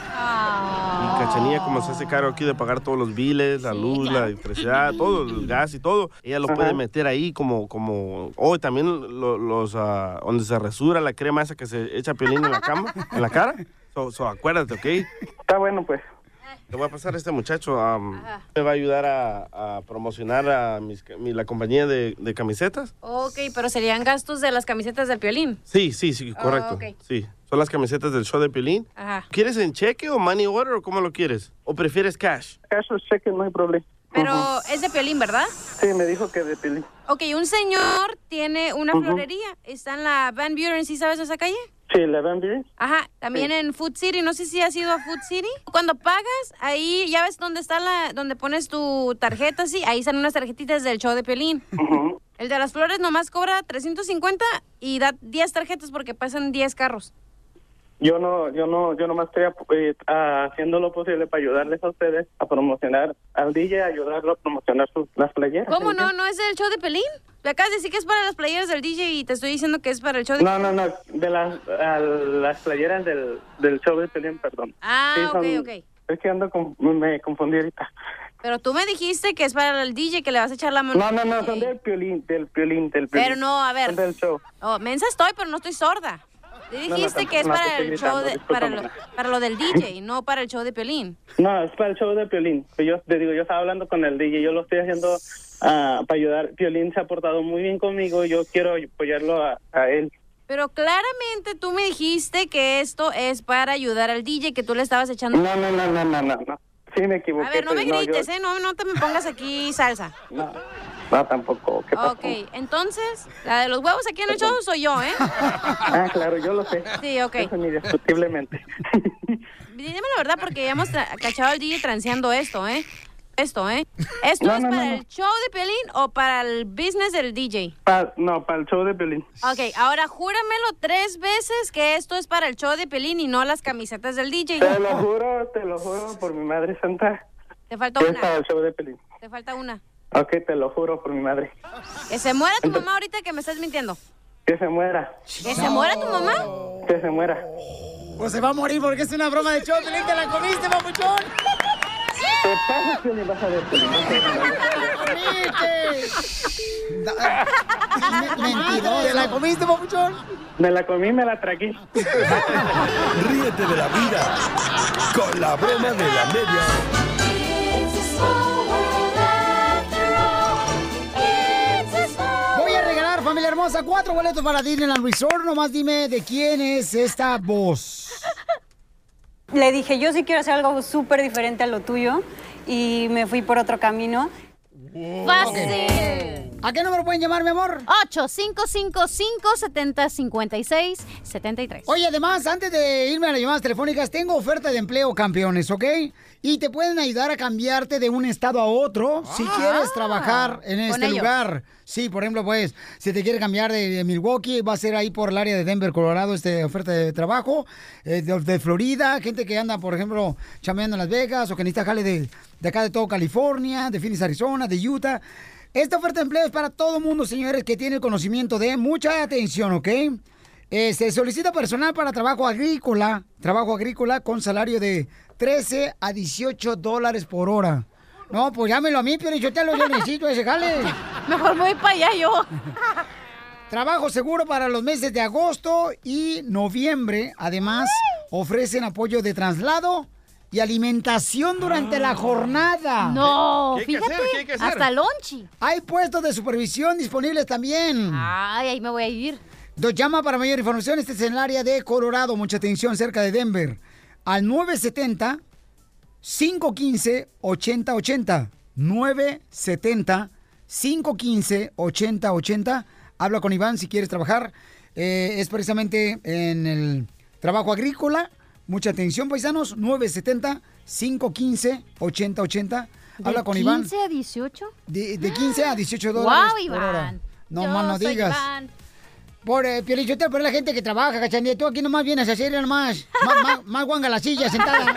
Speaker 3: Y Cachanilla, como se hace cargo aquí de pagar todos los biles, la luz, claro. la electricidad, todo, el gas y todo, ella lo Ajá. puede meter ahí como, como, oh, también lo, los, uh, donde se resura la crema esa que se echa Piolín en la cama, en la cara. So, so, acuérdate, ¿ok?
Speaker 10: Está bueno, pues.
Speaker 3: Le voy a pasar a este muchacho, um, me va a ayudar a, a promocionar a mis, mi, la compañía de, de camisetas.
Speaker 4: Ok, pero serían gastos de las camisetas del Piolín.
Speaker 3: Sí, sí, sí, correcto.
Speaker 4: Oh, okay.
Speaker 3: Sí, son las camisetas del show de Piolín.
Speaker 4: Ajá.
Speaker 3: ¿Quieres en cheque o money order o cómo lo quieres? ¿O prefieres cash?
Speaker 10: Cash o cheque, no hay problema.
Speaker 4: Pero
Speaker 10: uh-huh.
Speaker 4: es de Piolín, ¿verdad?
Speaker 10: Sí, me dijo que de Piolín.
Speaker 4: Ok, un señor tiene una
Speaker 10: Uh-huh.
Speaker 4: florería. Está en la Van Buren, ¿sí sabes esa calle?
Speaker 10: Sí, la Van Buren.
Speaker 4: Ajá, también sí. en Food City, no sé si has ido a Food City. Cuando pagas, ahí ya ves dónde está la, donde pones tu tarjeta, sí, ahí están unas tarjetitas del show de Piolín.
Speaker 10: Uh-huh.
Speaker 4: El de las flores nomás cobra trescientos cincuenta y da diez tarjetas porque pasan diez carros.
Speaker 10: Yo no, yo no, yo nomás estoy eh, haciendo lo posible para ayudarles a ustedes a promocionar al D J, ayudarlo a promocionar sus, las playeras.
Speaker 4: ¿Cómo no? ¿No es del show de Piolín? Me acabas de decir que es para las playeras del D J y te estoy diciendo que es para el show de
Speaker 10: No, no, no, de las, a las playeras del, del show de Piolín, perdón.
Speaker 4: Ah,
Speaker 10: sí,
Speaker 4: ok,
Speaker 10: son,
Speaker 4: ok.
Speaker 10: Es que ando, con, me confundí ahorita.
Speaker 4: Pero tú me dijiste que es para el D J, que le vas a echar la mano.
Speaker 10: No, no, no, son del Piolín, del Piolín, del Piolín.
Speaker 4: Pero no, a ver.
Speaker 10: Son del show.
Speaker 4: Oh, mensa estoy, pero no estoy sorda. Te dijiste no, no, que es no, para el gritando, show de, para, lo, para lo del D J, no para el show de Piolín.
Speaker 10: No, es para el show de Piolín. Yo te digo, yo estaba hablando con el D J, yo lo estoy haciendo uh, para ayudar. Piolín se ha portado muy bien conmigo, yo quiero apoyarlo a, a él.
Speaker 4: Pero claramente tú me dijiste que esto es para ayudar al D J, que tú le estabas echando...
Speaker 10: No, no, no, no, no, no, no. Sí me equivoqué.
Speaker 4: A ver, no me
Speaker 10: pero
Speaker 4: grites,
Speaker 10: no, yo...
Speaker 4: ¿eh? No, no te me pongas aquí salsa.
Speaker 10: No, no tampoco. ¿Qué pasó?
Speaker 4: Ok, entonces, la de los huevos aquí en el show soy yo, ¿eh?
Speaker 10: Ah, claro, yo lo sé.
Speaker 4: Sí, ok.
Speaker 10: Eso indiscutiblemente.
Speaker 4: Dime la verdad, porque ya hemos cachado al D J transeando esto, ¿eh? Esto, ¿eh? ¿Esto
Speaker 10: no,
Speaker 4: es
Speaker 10: no,
Speaker 4: para
Speaker 10: no,
Speaker 4: el
Speaker 10: no.
Speaker 4: show de Piolín o para el business del D J?
Speaker 10: Pa, no, para el show de Piolín.
Speaker 4: Ok, ahora júramelo tres veces que esto es para el show de Piolín y no las camisetas del D J.
Speaker 10: Te lo juro, te lo juro por mi madre santa.
Speaker 4: Te falta
Speaker 10: Es
Speaker 4: una.
Speaker 10: para el show de Piolín.
Speaker 4: Te falta una.
Speaker 10: Ok, te lo juro por mi madre.
Speaker 4: Que se muera tu mamá ahorita que me estás mintiendo.
Speaker 10: Que se muera.
Speaker 4: ¿Que se muera tu mamá?
Speaker 10: Que se muera.
Speaker 2: Pues se va a morir porque es una broma de show, Piolín, te la comiste, papuchón.
Speaker 10: ¿Qué pasa, Piolín? Vas a ver, Piolín.
Speaker 2: Mentiroso. ¿Te la comiste, papuchón?
Speaker 10: Me la comí, me la tragué.
Speaker 7: Ríete de la vida con la broma de la media.
Speaker 2: Voy a regalar, familia hermosa, cuatro boletos para Disneyland Resort. Nomás dime de quién es esta voz.
Speaker 13: Le dije, yo sí quiero hacer algo súper diferente a lo tuyo y me fui por otro camino.
Speaker 4: ¡Fácil!
Speaker 2: ¿A qué número pueden llamar, mi amor?
Speaker 4: ocho cinco cinco cinco, siete cero cinco seis, siete tres.
Speaker 2: Oye, además, antes de irme a las llamadas telefónicas, tengo oferta de empleo, campeones, ¿ok? Y te pueden ayudar a cambiarte de un estado a otro si
Speaker 4: Ah.
Speaker 2: quieres trabajar en
Speaker 4: Con
Speaker 2: este
Speaker 4: ellos.
Speaker 2: lugar. Sí, por ejemplo, pues, si te quiere cambiar de, de Milwaukee, va a ser ahí por el área de Denver, Colorado, esta oferta de trabajo. Eh, de, de Florida, gente que anda, por ejemplo, chameando en Las Vegas o que necesita jale de, de acá de todo California, de Phoenix, Arizona, de Utah. Esta oferta de empleo es para todo el mundo, señores, que tiene el conocimiento de mucha atención, ¿ok? Eh, se solicita personal para trabajo agrícola, trabajo agrícola con salario de trece a dieciocho dólares por hora. No, pues llámelo a mí, pero yo te lo yo necesito ese jale.
Speaker 4: Mejor me voy para allá yo.
Speaker 2: Trabajo seguro para los meses de agosto y noviembre. Además, ofrecen apoyo de traslado y alimentación durante la jornada.
Speaker 4: No,
Speaker 3: ¿Qué hay que
Speaker 4: fíjate,
Speaker 3: hacer? ¿Qué hay que hacer?
Speaker 4: hasta lonchi.
Speaker 2: Hay puestos de supervisión disponibles también.
Speaker 4: Ay, ahí me voy a ir.
Speaker 2: Nos llama para mayor información. Este es en el área de Colorado, mucha atención, cerca de Denver. Al nueve siete cero, cinco uno cinco, ocho cero ocho cero. nueve siete cero, cinco uno cinco, ocho cero ocho cero. Habla con Iván si quieres trabajar. Eh, es precisamente en el trabajo agrícola. Mucha atención, paisanos. nueve siete cero, cinco uno cinco, ocho cero ocho cero. Habla con Iván.
Speaker 4: ¿De quince a dieciocho?
Speaker 2: De, de quince a dieciocho dólares
Speaker 4: Wow,
Speaker 2: por hora.
Speaker 4: Iván.
Speaker 2: No
Speaker 4: Yo
Speaker 2: más no
Speaker 4: soy
Speaker 2: digas.
Speaker 4: Iván.
Speaker 2: Por eh, Piolichotelo, pero es la gente que trabaja, cachanilla. Tú aquí nomás vienes a hacer nomás. Más, más, más guanga la silla sentada.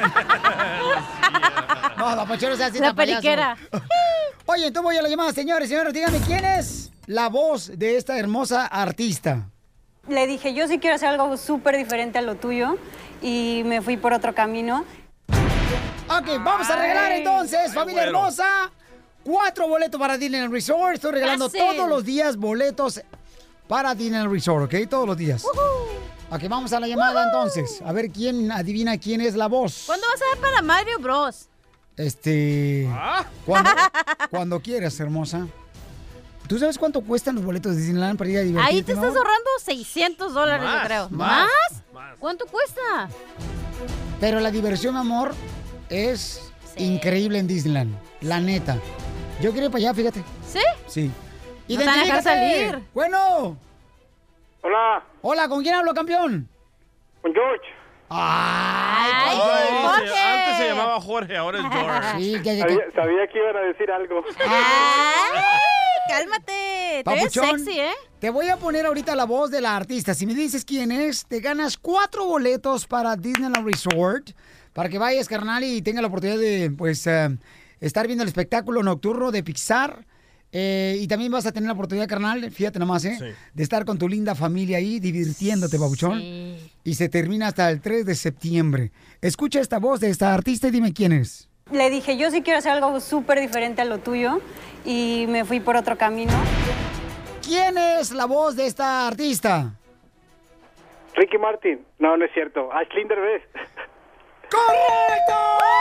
Speaker 2: No, la pachero se hace
Speaker 4: La periquera.
Speaker 2: Oye, entonces voy a la llamada, señores, señores. Díganme, ¿quién es la voz de esta hermosa artista?
Speaker 13: Le dije, yo sí quiero hacer algo súper diferente a lo tuyo y me fui por otro camino.
Speaker 2: Ok, vamos a regalar entonces, familia
Speaker 13: bueno.
Speaker 2: hermosa, cuatro boletos para Disneyland Resort. Estoy regalando
Speaker 4: Fácil.
Speaker 2: todos los días boletos para Disneyland Resort, ¿ok? Todos los días. Uh-huh. Ok, vamos a la llamada uh-huh. entonces. A ver quién adivina quién es la voz.
Speaker 4: ¿Cuándo vas a dar para Mario Bros?
Speaker 2: Este... ¿Ah? Cuando, cuando quieras, hermosa. ¿Tú sabes cuánto cuestan los boletos de Disneyland para ir a divertirte?
Speaker 4: Ahí te
Speaker 2: ¿no?
Speaker 4: estás ahorrando seiscientos dólares,
Speaker 2: Más,
Speaker 4: yo creo.
Speaker 2: más,
Speaker 4: ¿Más? ¿Cuánto cuesta?
Speaker 2: Pero la diversión, mi amor, es sí. increíble en Disneyland. La neta. Yo quiero ir para allá, fíjate.
Speaker 4: ¿Sí?
Speaker 2: Sí.
Speaker 4: No te van a dejar salir.
Speaker 2: Bueno.
Speaker 10: Hola.
Speaker 2: Hola, ¿con quién hablo, campeón?
Speaker 10: Con George.
Speaker 2: ¡Ay,
Speaker 3: Ay,
Speaker 2: George!
Speaker 3: se- antes se llamaba Jorge, ahora es George.
Speaker 2: Sí, que, que,
Speaker 10: Sabía, sabía que iban a decir algo.
Speaker 4: Ay, cálmate. Te ves
Speaker 2: Papuchón,
Speaker 4: sexy, ¿eh?
Speaker 2: te voy a poner ahorita la voz de la artista. Si me dices quién es, te ganas cuatro boletos para Disneyland Resort. Para que vayas, carnal, y tengas la oportunidad de, pues, uh, estar viendo el espectáculo nocturno de Pixar. Eh, y también vas a tener la oportunidad, carnal, fíjate nomás, ¿eh? Sí. De estar con tu linda familia ahí, divirtiéndote, babuchón. Sí. Y se termina hasta el tres de septiembre. Escucha esta voz de esta artista y dime quién es.
Speaker 13: Le dije, yo sí quiero hacer algo súper diferente a lo tuyo y me fui por otro camino.
Speaker 2: ¿Quién es la voz de esta artista?
Speaker 10: Ricky Martin. No, no es cierto. Ashley Derbez.
Speaker 2: ¡Correcto!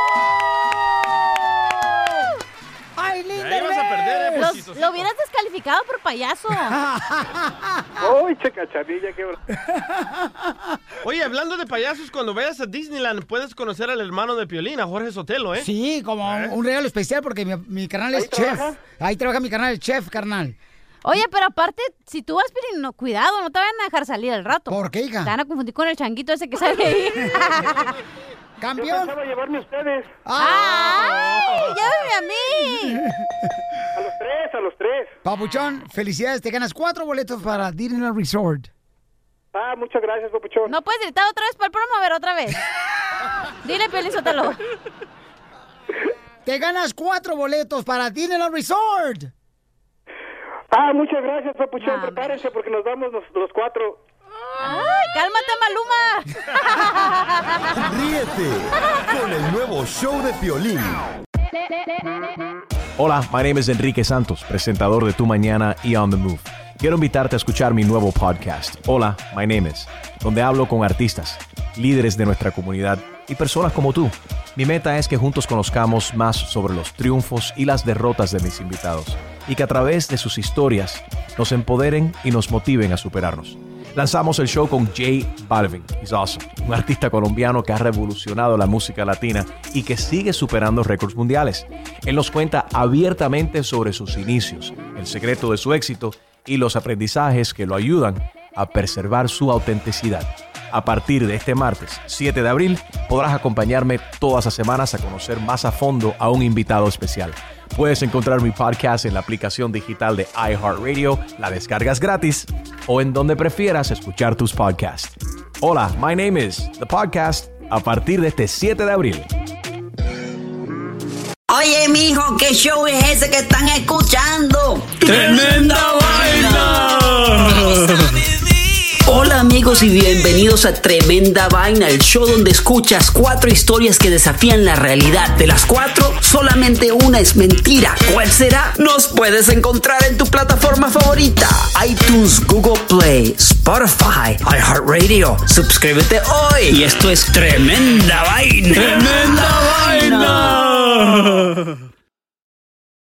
Speaker 2: ¡Aileen
Speaker 3: Ahí vas a perder, eh,
Speaker 4: Los-
Speaker 3: Posito.
Speaker 4: Lo hubieras descalificado por payaso.
Speaker 10: Uy, chacachanilla, qué bro.
Speaker 3: Oye, hablando de payasos, cuando vayas a Disneyland puedes conocer al hermano de Piolín, a Jorge Sotelo, ¿eh?
Speaker 2: Sí, como un, un regalo especial porque mi, mi carnal es
Speaker 3: ¿Ahí
Speaker 2: chef.
Speaker 3: trabaja?
Speaker 2: Ahí trabaja mi carnal, el chef, carnal.
Speaker 4: Oye, pero aparte, si tú vas, Piolín, no, cuidado, no te vayan a dejar salir al rato.
Speaker 2: ¿Por qué, hija?
Speaker 4: Te van a confundir con el changuito ese que sale ahí.
Speaker 2: ¡Campeón!
Speaker 10: Yo pensaba llevarme a ustedes.
Speaker 4: ¡Ay! ¡Llévame a mí!
Speaker 10: A los tres, a los tres.
Speaker 2: Papuchón, felicidades, te ganas cuatro boletos para Disneyland Resort.
Speaker 10: Ah, muchas gracias, Papuchón.
Speaker 4: No puedes gritar otra vez para el promo, a ver, otra vez. Dile, Piolín Sotelo.
Speaker 2: Te ganas cuatro boletos para Disneyland Resort.
Speaker 10: Ah, muchas gracias, Papuchón. Prepárense porque nos vamos los, los cuatro.
Speaker 4: ¡Ay, cálmate, Maluma!
Speaker 7: Ríete con el nuevo show de Piolín.
Speaker 21: Hola, my name is Enrique Santos, presentador de Tu Mañana y On The Move. Quiero invitarte a escuchar mi nuevo podcast, Hola, my name is, donde hablo con artistas, líderes de nuestra comunidad y personas como tú. Mi meta es que juntos conozcamos más sobre los triunfos y las derrotas de mis invitados y que a través de sus historias nos empoderen y nos motiven a superarnos. Lanzamos el show con J Balvin, he's awesome, un artista colombiano que ha revolucionado la música latina y que sigue superando récords mundiales. Él nos cuenta abiertamente sobre sus inicios, el secreto de su éxito y los aprendizajes que lo ayudan a preservar su autenticidad. A partir de este martes, siete de abril, podrás acompañarme todas las semanas a conocer más a fondo a un invitado especial. Puedes encontrar mi podcast en la aplicación digital de iHeartRadio, la descargas gratis, o en donde prefieras escuchar tus podcasts. Hola, my name is The Podcast, a partir de este siete de abril.
Speaker 22: Oye, mijo, ¿qué show es ese que están escuchando?
Speaker 9: ¡Tremenda Vaina!
Speaker 22: Hola amigos y bienvenidos a Tremenda Vaina, el show donde escuchas cuatro historias que desafían la realidad. De las cuatro, solamente una es mentira. ¿Cuál será? Nos puedes encontrar en tu plataforma favorita: iTunes, Google Play, Spotify, iHeartRadio. Suscríbete hoy. Y esto es Tremenda Vaina.
Speaker 9: ¡Tremenda Vaina!